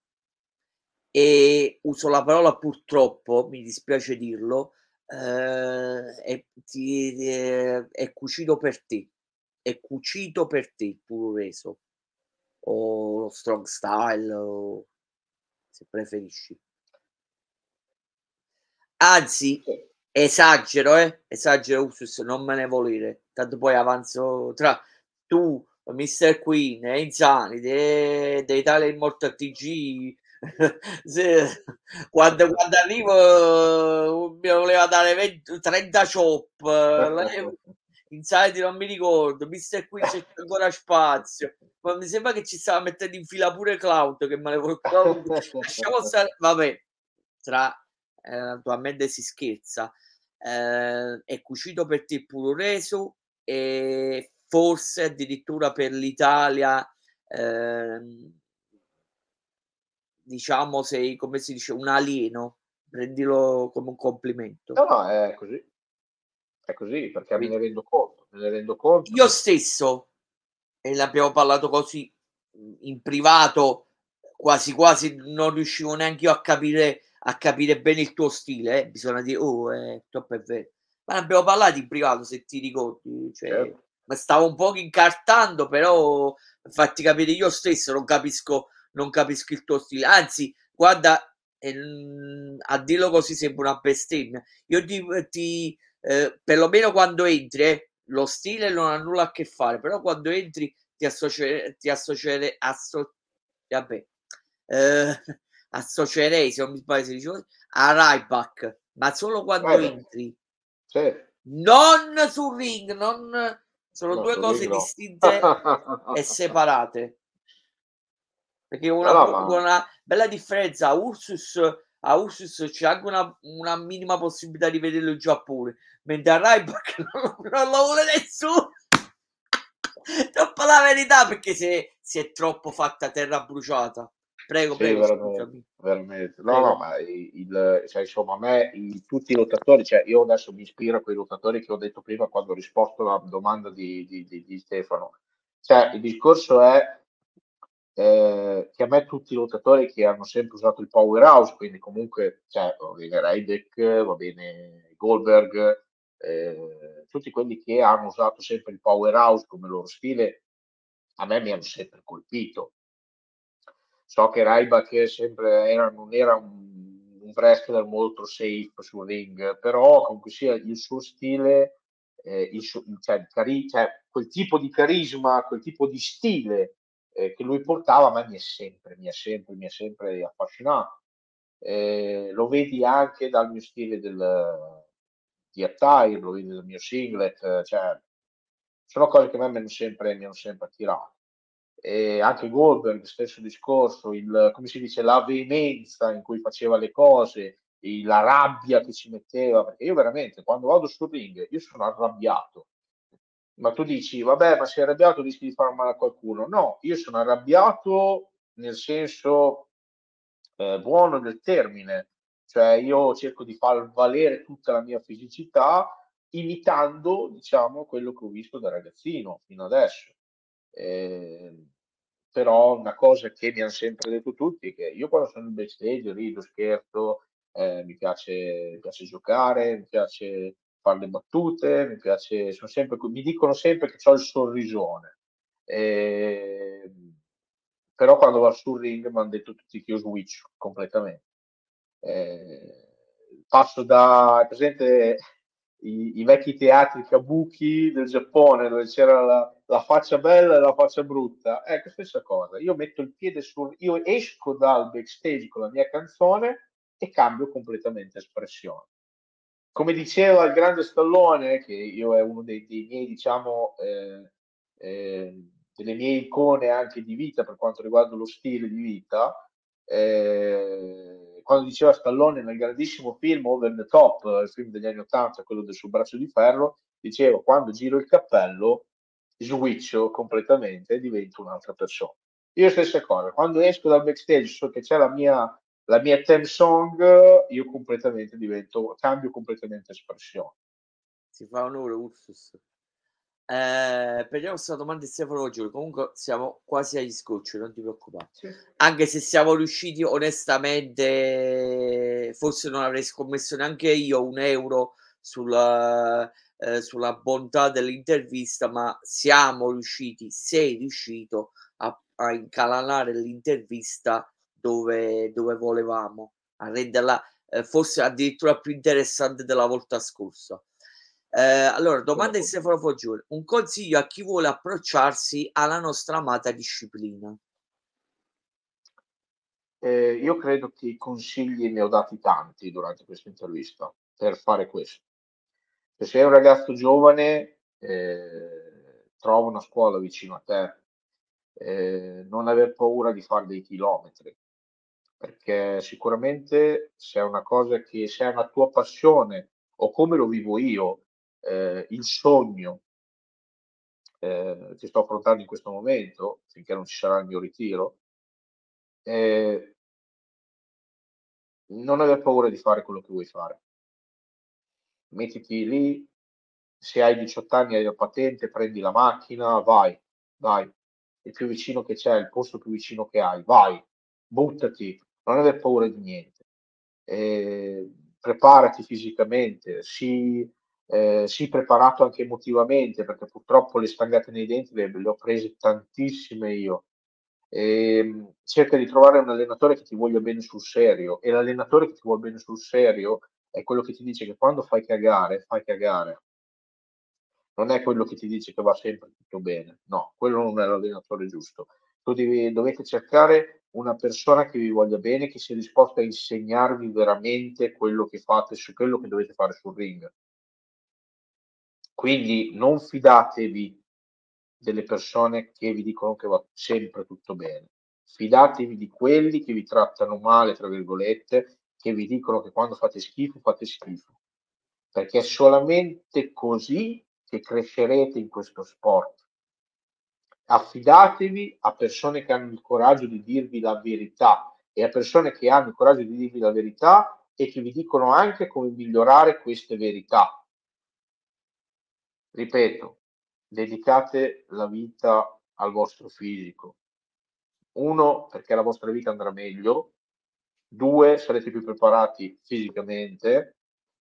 [SPEAKER 1] E uso la parola purtroppo, mi dispiace dirlo, ehm, è ti ehm, è cucito per te. È cucito per te il puroreso o lo strong style o se preferisci. Anzi,
[SPEAKER 2] Sì.
[SPEAKER 1] esagero, eh, esagero Ursus, non me ne volere, tanto poi avanzo tra tu, mister Queen e Insanity e dei tale Immortal T G se quando quando arrivo mi voleva dare venti trenta chop, lei Insanity non mi ricordo, mister Queen c'è ancora spazio, ma mi sembra che ci stava mettendo in fila pure Cloud che me le Cloud lasciamo stare vabbè, tra ehm, naturalmente si scherza. Ehm, è cucito per te puro reso e forse addirittura per l'Italia, ehm, diciamo sei, come si dice, un alieno, prendilo come un complimento,
[SPEAKER 2] No, no, è così, è così perché me ne
[SPEAKER 1] capito?
[SPEAKER 2] rendo conto, me ne rendo conto.
[SPEAKER 1] Io stesso, e ne abbiamo parlato così, mhmm, in privato, quasi quasi non riuscivo neanche io a capire a capire bene il tuo stile, eh, bisogna dire oh, eh, purtroppo è vero. Ma ne abbiamo parlato in privato se ti ricordi, cioè,
[SPEAKER 2] Certo.
[SPEAKER 1] ma stavo un poco incartando, però per farti capire io stesso non capisco non capisco il tuo stile. Anzi, guarda, ehm, a dirlo così sembra una bestemmia. Io ti ti ehm, perlomeno quando entri, eh, lo stile non ha nulla a che fare, però quando entri ti associe ti associere asso vabbè, ehm, associerei, se non mi sbaglio si dice così, a Ryback, ma solo quando
[SPEAKER 2] Eh beh,
[SPEAKER 1] entri,
[SPEAKER 2] sì,
[SPEAKER 1] non sul ring, non sono
[SPEAKER 2] no,
[SPEAKER 1] due
[SPEAKER 2] sul ring
[SPEAKER 1] cose
[SPEAKER 2] no.
[SPEAKER 1] distinte e separate. Perché
[SPEAKER 2] No,
[SPEAKER 1] una
[SPEAKER 2] no,
[SPEAKER 1] po
[SPEAKER 2] ma
[SPEAKER 1] con una bella differenza a Ursus a Ursus c'è anche una una minima possibilità di vederlo in Giappone, mentre a Ryback non non lo vuole nessuno. Troppo la verità perché si è si è troppo fatta terra bruciata. Prego,
[SPEAKER 2] sì,
[SPEAKER 1] prego,
[SPEAKER 2] veramente,
[SPEAKER 1] scusami.
[SPEAKER 2] veramente. No, no,
[SPEAKER 1] Prego.
[SPEAKER 2] ma i- il, cioè, insomma, a me i- tutti i lottatori, cioè io adesso mi ispiro a quei lottatori che ho detto prima quando ho risposto alla domanda di, di- di- di Stefano. Cioè, il discorso è eh, che a me tutti i lottatori che hanno sempre usato il powerhouse, quindi comunque, cioè, va bene Ryback, va bene Goldberg, eh, tutti quelli che hanno usato sempre il powerhouse come loro stile, a me mi hanno sempre colpito. So che Ryback è sempre era, non era un, un wrestler molto safe sul ring, però comunque sia il suo stile, eh, il suo- cioè, il cari- cioè, quel tipo di carisma, quel tipo di stile eh, che lui portava, a me mi è sempre, mi è sempre, mi è sempre affascinato. Eh, lo vedi anche dal mio stile del, di attire, lo vedi dal mio singlet, eh, cioè, sono cose che a me mi hanno sempre, mi hanno sempre attirato. E anche Goldberg, stesso discorso, il, come si dice, la veemenza in cui faceva le cose, il- la rabbia che ci metteva, perché io veramente quando vado sul ring, io sono arrabbiato. Ma tu dici, vabbè, ma sei arrabbiato, rischi di far male a qualcuno. No, io sono arrabbiato nel senso eh, buono del termine, cioè io cerco di far valere tutta la mia fisicità imitando, diciamo, quello che ho visto da ragazzino fino adesso. Eh, però una cosa che mi hanno sempre detto tutti è che io quando sono in backstage rido, scherzo, eh, mi piace, mi piace giocare, mi piace fare le battute, mi piace, sono sempre, mi dicono sempre che ho il sorrisone. Eh, però quando va sul ring mi hanno detto tutti che io switch completamente. Eh, passo da, è presente i, i vecchi teatri kabuki del Giappone, dove c'era la, la faccia bella e la faccia brutta. Ecco, stessa cosa. Io metto il piede sul... Io esco dal backstage con la mia canzone e cambio completamente espressione. Come diceva il grande Stallone, che io è uno dei, dei miei, diciamo, eh, eh, delle mie icone anche di vita per quanto riguarda lo stile di vita, eh, quando diceva Stallone nel grandissimo film Over the Top, il film degli anni ottanta, quello del suo braccio di ferro, diceva: quando giro il cappello switcho completamente e divento un'altra persona. Io stessa cosa, quando esco dal backstage so che c'è la mia la mia theme song, io completamente divento, cambio completamente espressione.
[SPEAKER 1] Si fa onore, Ursus. Eh, per la nostra domanda di Stefano oggi, comunque siamo quasi agli scocci, non ti preoccupare.
[SPEAKER 2] Sì.
[SPEAKER 1] Anche se siamo riusciti onestamente, forse non avrei scommesso neanche io un euro sulla, eh, sulla bontà dell'intervista, ma siamo riusciti, sei riuscito a, a incalanare l'intervista dove, dove volevamo, a renderla eh, forse addirittura più interessante della volta scorsa. Eh, allora, domanda di Stefano Foggioli: un consiglio a chi vuole approcciarsi alla nostra amata disciplina?
[SPEAKER 2] Eh, io credo che i consigli ne ho dati tanti durante questa intervista per fare questo. Se sei un ragazzo giovane, eh, trova una scuola vicino a te, eh, non aver paura di fare dei chilometri, perché sicuramente se è una cosa che, se è una tua passione, o come lo vivo io, eh, il sogno eh, che sto affrontando in questo momento, finché non ci sarà il mio ritiro, eh, non aver paura di fare quello che vuoi fare. Mettiti lì, se hai diciotto anni, hai la patente, prendi la macchina, vai, vai. Il più vicino che c'è, il posto più vicino che hai, vai, buttati, non aver paura di niente. Eh, preparati fisicamente, sii, eh, sii preparato anche emotivamente, perché purtroppo le stangate nei denti le, le ho prese tantissime io. E cerca di trovare un allenatore che ti voglia bene sul serio, e l'allenatore che ti vuole bene sul serio è quello che ti dice che quando fai cagare, fai cagare. Non è quello che ti dice che va sempre tutto bene. No, quello non è l'allenatore giusto. Tu devi, dovete cercare una persona che vi voglia bene, che sia disposta a insegnarvi veramente quello che fate, su quello che dovete fare sul ring. Quindi non fidatevi delle persone che vi dicono che va sempre tutto bene. Fidatevi di quelli che vi trattano male, tra virgolette, che vi dicono che quando fate schifo, fate schifo. Perché è solamente così che crescerete in questo sport. Affidatevi a persone che hanno il coraggio di dirvi la verità, e a persone che hanno il coraggio di dirvi la verità e che vi dicono anche come migliorare queste verità. Ripeto, dedicate la vita al vostro fisico. Uno, perché la vostra vita andrà meglio. Due, sarete più preparati fisicamente.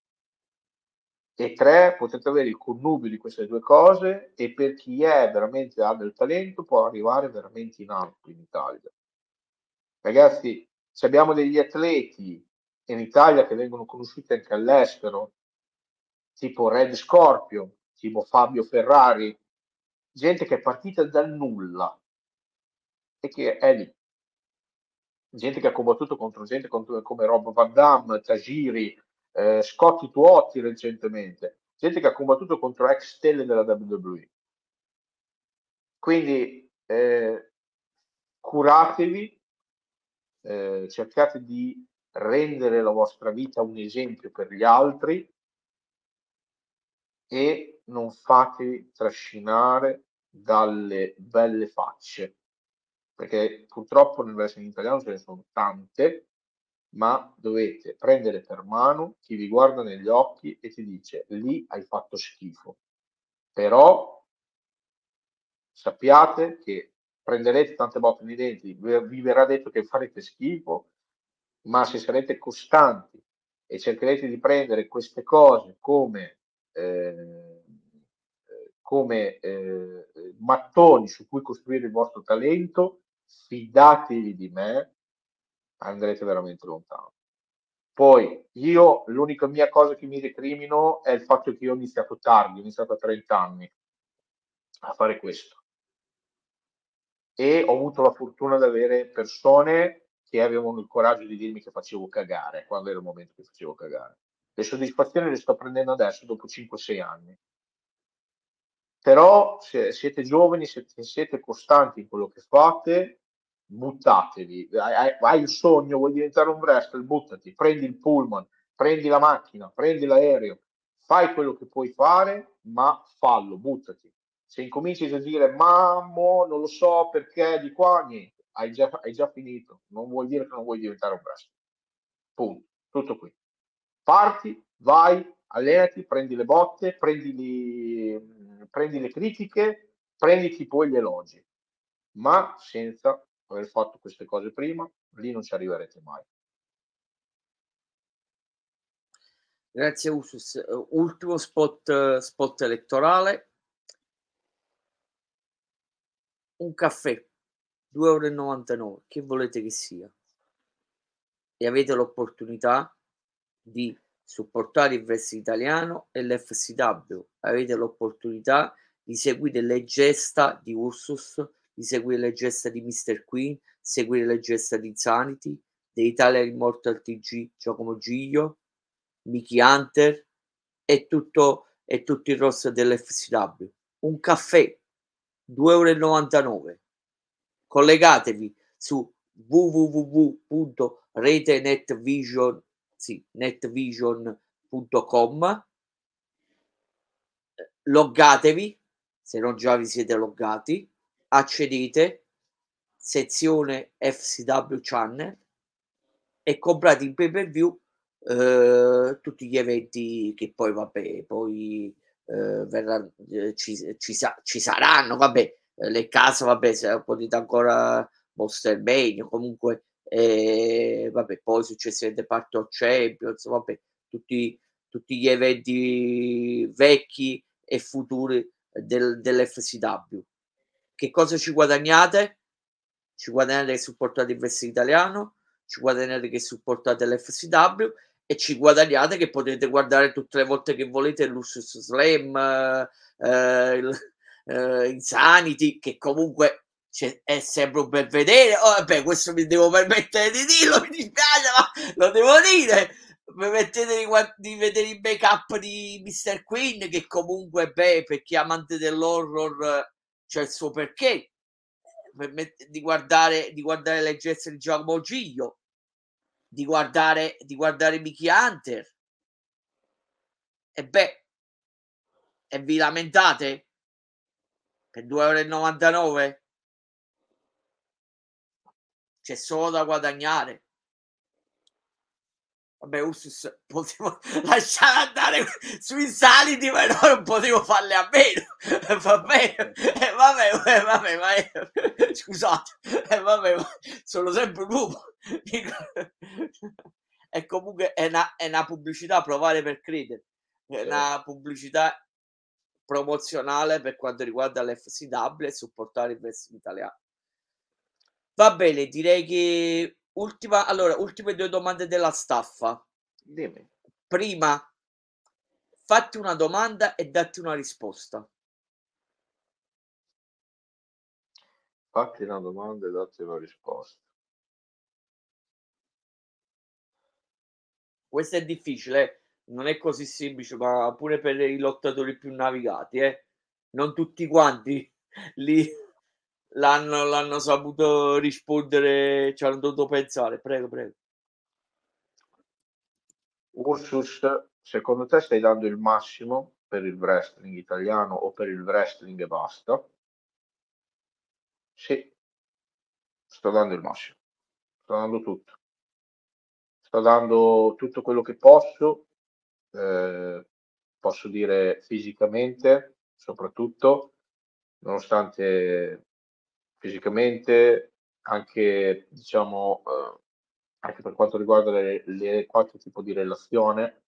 [SPEAKER 2] E tre, potete avere il connubio di queste due cose, e per chi è veramente ha del talento può arrivare veramente in alto in Italia. Ragazzi, se abbiamo degli atleti in Italia che vengono conosciuti anche all'estero, tipo Red Scorpio, tipo Fabio Ferrari, gente che è partita dal nulla e che è lì. Gente che ha combattuto contro gente contro, come Rob Van Damme, Tajiri, eh, Scotty Tuotti recentemente, gente che ha combattuto contro ex stelle della W W E. Quindi eh, curatevi, eh, cercate di rendere la vostra vita un esempio per gli altri, e non fatevi trascinare dalle belle facce, perché purtroppo nel wrestling italiano ce ne sono tante, ma dovete prendere per mano chi vi guarda negli occhi e ti dice: lì hai fatto schifo, però sappiate che prenderete tante botte nei denti, vi verrà detto che farete schifo, ma se sarete costanti e cercherete di prendere queste cose come, eh, come eh, mattoni su cui costruire il vostro talento, fidatevi di me, andrete veramente lontano. Poi io l'unica mia cosa che mi recrimino è il fatto che io ho iniziato tardi, ho iniziato a trenta anni a fare questo. E ho avuto la fortuna di avere persone che avevano il coraggio di dirmi che facevo cagare, quando era il momento che facevo cagare. Le soddisfazioni le sto prendendo adesso, dopo cinque sei anni. Però se siete giovani, se siete costanti in quello che fate, buttatevi. Hai, hai, hai il sogno, vuoi diventare un wrestler, buttati, prendi il pullman, prendi la macchina, prendi l'aereo, fai quello che puoi fare, ma fallo, buttati. Se incominci a dire mammo, non lo so perché di qua, niente, hai già, hai già finito. Non vuol dire che non vuoi diventare un wrestler. Punto. Tutto qui. Parti, vai, allenati, prendi le botte, prendi, li, prendi le critiche, prenditi poi gli elogi, ma senza aver fatto queste cose prima, lì non ci arriverete mai.
[SPEAKER 1] Grazie Usus. Ultimo spot, spot elettorale. Un caffè, due euro e novantanove, che volete che sia? E avete l'opportunità di supportare il wrestling italiano e l'F C W. Avete l'opportunità di seguire le gesta di Ursus, di seguire le gesta di mister Queen, seguire le gesta di Insanity, dell'Italia Immortal T G, Giacomo Giglio, Mickey Hunter e tutto, e tutto il roster dell'F C W. Un caffè, due euro e novantanove. Collegatevi su w w w punto retenetvision sì, netvision punto com, loggatevi se non già vi siete loggati, accedete, sezione F C W Channel e comprate in pay per view eh, tutti gli eventi che poi vabbè poi eh, verranno, eh, ci, ci, sa- ci saranno vabbè eh, le case vabbè se potete ancora Monster Mania comunque eh, vabbè poi successivamente Part of Champions vabbè tutti, tutti gli eventi vecchi e futuri del, dell'F C W. Che cosa ci guadagnate? Ci guadagnate che supportate il wrestling italiano, ci guadagnate che supportate l'F C W e ci guadagnate che potete guardare tutte le volte che volete l'Ursus Slam, eh, il, eh, Insanity, che comunque è sempre un bel vedere. Oh, vabbè, questo mi devo permettere di dirlo, mi dispiace, ma lo devo dire. Permettete di, di vedere i make-up di mister Queen, che comunque, beh, per chi è amante dell'horror c'è il suo perché. Di guardare, di guardare le gesta di Giacomo Giglio, di guardare, di guardare Mickey Hunter. E beh, e vi lamentate per due euro e novantanove? C'è solo da guadagnare. Vabbè, Ursus, potevo lasciare andare sui saliti, ma no, non potevo farle a meno. Va bene, eh, vabbè, eh, vabbè, ma eh, scusate, eh, vabbè, ma sono sempre un uomo. E comunque è una, è una pubblicità, provare per credere, è una pubblicità promozionale per quanto riguarda l'F C W e supportare il wrestling italiano. Va bene, direi che ultima, allora, ultime due domande della staffa.
[SPEAKER 2] Dimmi.
[SPEAKER 1] Prima, fatti una domanda e datti una risposta.
[SPEAKER 2] Fatti una domanda e datti una risposta.
[SPEAKER 1] Questo è difficile, non è così semplice, ma pure per i lottatori più navigati, eh. Non tutti quanti lì l'hanno, l'hanno saputo rispondere, ci hanno dovuto pensare. Prego, prego.
[SPEAKER 2] Ursus, secondo te stai dando il massimo per il wrestling italiano o per il wrestling e basta? Sì, sto dando il massimo, sto dando tutto. Sto dando tutto quello che posso, eh, posso dire fisicamente, soprattutto, nonostante fisicamente, anche diciamo, eh, anche per quanto riguarda le, le qualche tipo di relazione,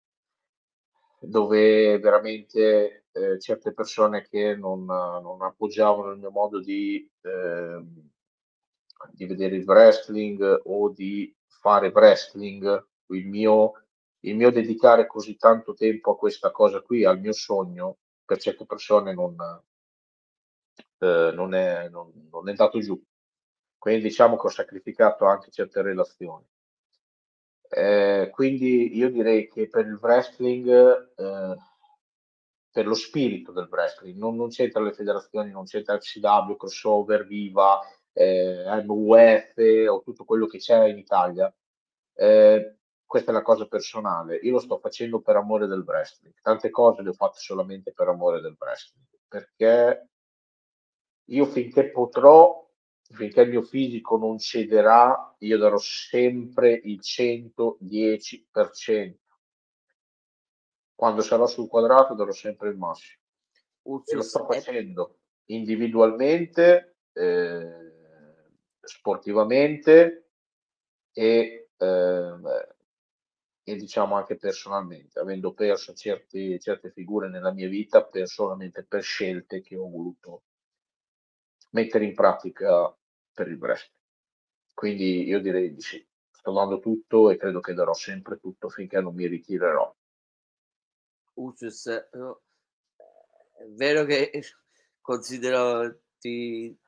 [SPEAKER 2] dove veramente eh, certe persone che non, non appoggiavano il mio modo di, eh, di vedere il wrestling o di fare wrestling il mio, il mio dedicare così tanto tempo a questa cosa qui, al mio sogno, per certe persone non, eh, non è, non, non è dato giù. Quindi diciamo che ho sacrificato anche certe relazioni. Eh, quindi io direi che per il wrestling, eh, per lo spirito del wrestling, non, non c'entra le federazioni, non c'entra F C W, Crossover, Viva, eh, M U F o tutto quello che c'è in Italia. Eh, questa è la cosa personale. Io lo sto facendo per amore del wrestling. Tante cose le ho fatte solamente per amore del wrestling, perché io finché potrò, finché il mio fisico non cederà, io darò sempre il centodieci per cento. Quando sarò sul quadrato darò sempre il massimo. E lo sto facendo individualmente, eh, sportivamente e, eh, e diciamo anche personalmente, avendo perso certi, certe figure nella mia vita per, solamente per scelte che ho voluto mettere in pratica per il wrestling. Quindi io direi di sì, sto dando tutto e credo che darò sempre tutto finché non mi ritirerò.
[SPEAKER 1] Ursus, eh, è vero che considero ti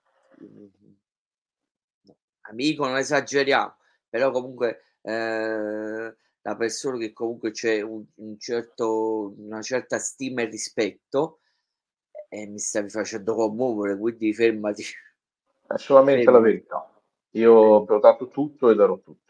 [SPEAKER 1] amico, non esageriamo, però comunque eh, la persona che comunque c'è un, un certo, una certa stima e rispetto, e mi stavi facendo commuovere, quindi fermati.
[SPEAKER 2] È solamente la
[SPEAKER 1] Fermati.
[SPEAKER 2] verità. Io ho dato tutto e darò tutto.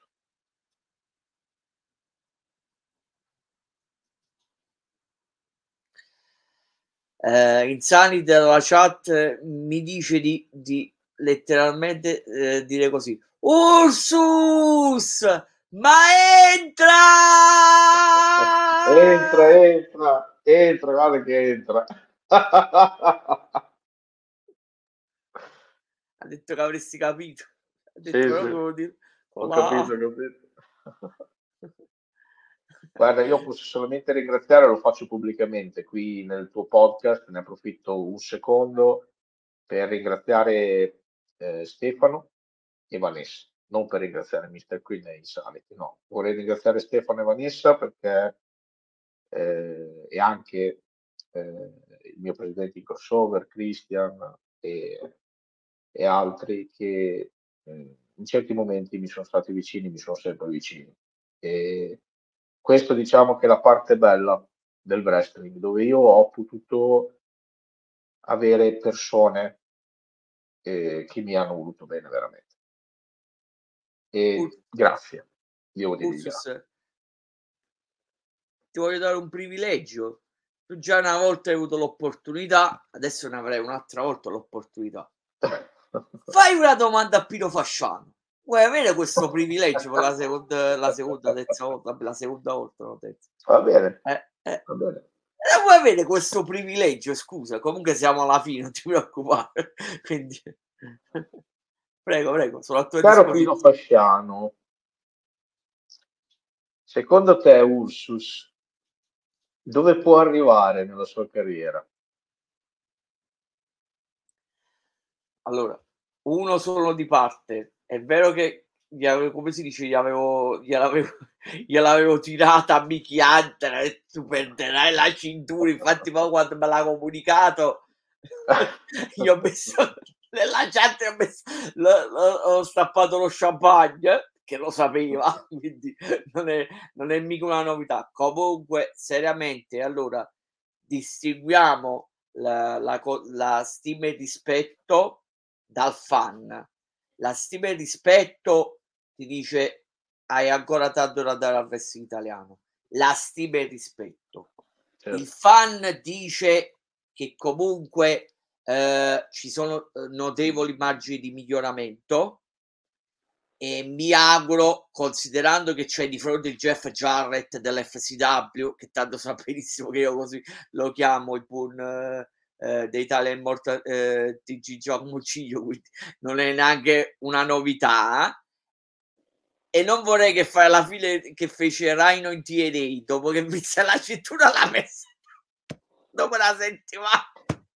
[SPEAKER 1] Eh, Insani della chat eh, mi dice di, di letteralmente eh, dire così: Ursus, ma entra!
[SPEAKER 2] Entra, entra, entra, guarda che entra.
[SPEAKER 1] Ha detto che avresti capito. Ha
[SPEAKER 2] Sì,
[SPEAKER 1] detto
[SPEAKER 2] sì,
[SPEAKER 1] proprio di- con
[SPEAKER 2] ho
[SPEAKER 1] la
[SPEAKER 2] capito,
[SPEAKER 1] A.
[SPEAKER 2] ho capito. Guarda, io posso solamente ringraziare, lo faccio pubblicamente qui nel tuo podcast, ne approfitto un secondo per ringraziare eh, Stefano e Vanessa, non per ringraziare mister Queen e Insanity, no, vorrei ringraziare Stefano e Vanessa perché eh, e anche eh, il mio presidente di crossover, Christian e, e altri che eh, in certi momenti mi sono stati vicini, mi sono sempre vicini. E questo diciamo che è la parte bella del wrestling, dove io ho potuto avere persone eh, che mi hanno voluto bene veramente. E grazie, devo dire
[SPEAKER 1] Ursus,
[SPEAKER 2] grazie.
[SPEAKER 1] ti voglio dare un privilegio. Tu già una volta hai avuto l'opportunità, adesso ne avrai un'altra volta l'opportunità. Fai una domanda a Pino Fasciano. Vuoi avere questo privilegio per la seconda, la seconda, terza volta? La seconda volta, no, terza.
[SPEAKER 2] Va bene,
[SPEAKER 1] Eh, eh.
[SPEAKER 2] va bene.
[SPEAKER 1] Eh, vuoi avere questo privilegio? Scusa, comunque siamo alla fine, non ti preoccupare. Quindi, prego, prego, sono a tua
[SPEAKER 2] Caro Pino
[SPEAKER 1] disposizione.
[SPEAKER 2] Fasciano, secondo te Ursus dove può arrivare nella sua carriera?
[SPEAKER 1] Allora, uno solo di parte. È vero che gli avevo, come si dice, gli avevo, gliel'avevo, gliel'avevo tirata a Mickey Hunter e tu perderai la cintura. Infatti, poi quando me l'ha comunicato, gli ho messo nella chat, ho, messo, l'ho, l'ho, ho stappato lo champagne, che lo sapeva, quindi non è, non è mica una novità. Comunque, seriamente, allora distinguiamo la, la, la stima e rispetto dal fan. La stima e rispetto ti dice hai ancora tanto da dare al wrestling italiano. La stima e rispetto.
[SPEAKER 2] Certo.
[SPEAKER 1] Il fan dice che comunque eh, ci sono notevoli margini di miglioramento e mi auguro, considerando che c'è di fronte il Jeff Jarrett dell'F C W, che tanto sa benissimo che io così lo chiamo, il buon eh, eh, dei tale Immortal eh, T G John Mucciglio, quindi non è neanche una novità. E non vorrei che fai la fine che fece Rhino in T N A dopo che vinse la cintura l'ha messa dopo una settimana.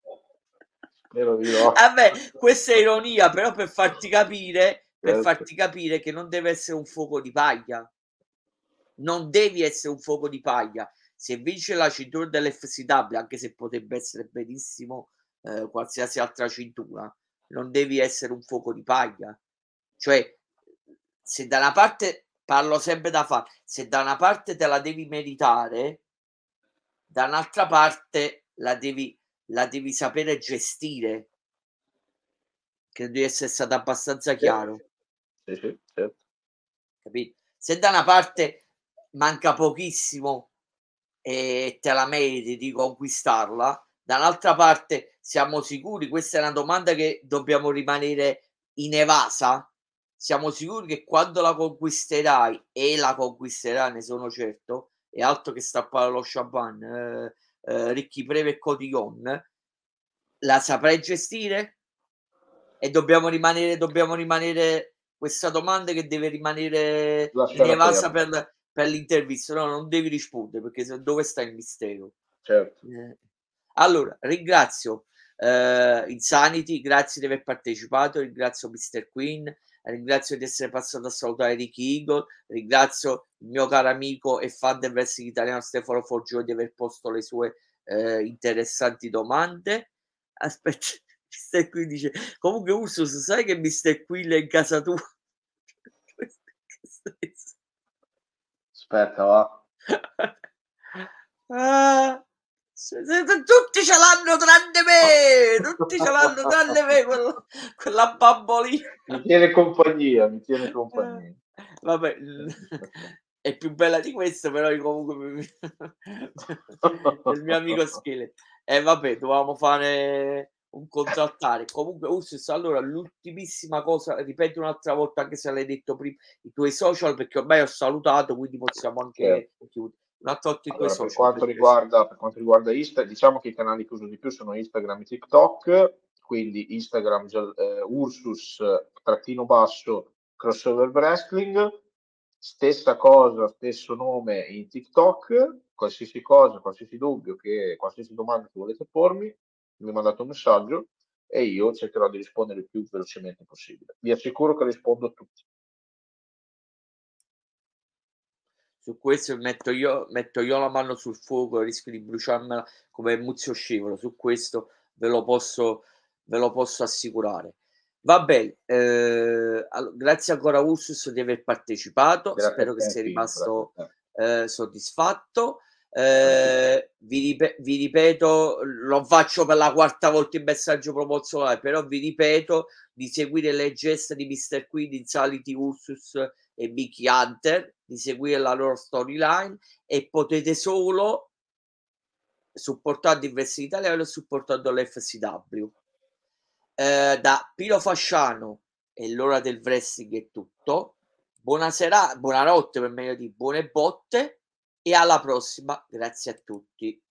[SPEAKER 1] Vabbè, questa è ironia, però per farti capire per farti capire che non deve essere un fuoco di paglia. non devi essere un fuoco di paglia. Se vince la cintura dell'F C W, anche se potrebbe essere benissimo eh, qualsiasi altra cintura, non devi essere un fuoco di paglia. Cioè, se da una parte, parlo sempre da fare, se da una parte te la devi meritare, da un'altra parte la devi, la devi sapere gestire. Credo di essere stato abbastanza chiaro.
[SPEAKER 2] Sì, sì, certo.
[SPEAKER 1] Capito? Se da una parte manca pochissimo e te la meriti di conquistarla, dall'altra parte siamo sicuri, questa è una domanda che dobbiamo rimanere inevasa, siamo sicuri che quando la conquisterai, e la conquisterai, ne sono certo, e altro che stappare lo champagne, eh, eh, Ricky Preve e Cotillon, la saprai gestire? E dobbiamo rimanere, dobbiamo rimanere questa domanda che deve rimanere
[SPEAKER 2] Lasciare
[SPEAKER 1] inevasa
[SPEAKER 2] aperto.
[SPEAKER 1] per, per l'intervista. No, non devi rispondere perché se, dove sta il mistero?
[SPEAKER 2] Certo.
[SPEAKER 1] Eh. Allora, ringrazio eh, Insanity, grazie di aver partecipato, ringrazio mister Queen, ringrazio di essere passato a salutare Ricky Eagle, ringrazio il mio caro amico e fan del wrestling italiano Stefano Forgione di aver posto le sue eh, interessanti domande. Aspetta, mister Queen dice, comunque Ursus, sai che mister Quill è in casa tua?
[SPEAKER 2] Aspetta, va.
[SPEAKER 1] Ah, se- se- se- tutti ce l'hanno tranne me, tutti ce l'hanno tranne me, quello- quella bambolina.
[SPEAKER 2] Mi tiene compagnia, mi tiene
[SPEAKER 1] Eh,
[SPEAKER 2] compagnia.
[SPEAKER 1] vabbè, è più bella di questo, però io comunque del mio amico Skillet. E eh, vabbè, dovevamo fare un contraltare. Comunque, Ursus, allora l'ultimissima cosa, ripeto un'altra volta, anche se l'hai detto prima, i tuoi social, perché ormai ho salutato, quindi possiamo anche
[SPEAKER 2] Certo.
[SPEAKER 1] chiudere. Un'altra volta i tuoi
[SPEAKER 2] Allora, per
[SPEAKER 1] social,
[SPEAKER 2] quanto
[SPEAKER 1] per piacere.
[SPEAKER 2] riguarda, per quanto riguarda Insta, diciamo che i canali che uso di più sono Instagram e TikTok, quindi Instagram eh, Ursus trattino basso crossover wrestling, stessa cosa, stesso nome in TikTok, qualsiasi cosa, qualsiasi dubbio, che, qualsiasi domanda che volete pormi, mi mandate un messaggio e io cercherò di rispondere il più velocemente possibile. Vi assicuro che rispondo a tutti.
[SPEAKER 1] Su questo metto io, metto io la mano sul fuoco, rischio di bruciarmela come Muzio Scivolo. Su questo ve lo posso, ve lo posso assicurare. Va bene, eh, all- grazie ancora Ursus di aver partecipato.
[SPEAKER 2] Grazie a
[SPEAKER 1] Spero che
[SPEAKER 2] te,
[SPEAKER 1] sia
[SPEAKER 2] Pino, grazie
[SPEAKER 1] rimasto
[SPEAKER 2] a te.
[SPEAKER 1] eh, soddisfatto.
[SPEAKER 2] Tantissimo.
[SPEAKER 1] Eh, vi, rip- vi ripeto, lo faccio per la quarta volta in messaggio promozionale, però vi ripeto di seguire le gesta di mister Queen, Insanity, Ursus e Mickey Hunter, di seguire la loro storyline, e potete solo supportando il wrestling italiano e supportando l'F C W. Eh, da Pino Fasciano e l'ora del wrestling è tutto. Buonasera, buonanotte per meglio di buone botte e alla prossima. Grazie a tutti.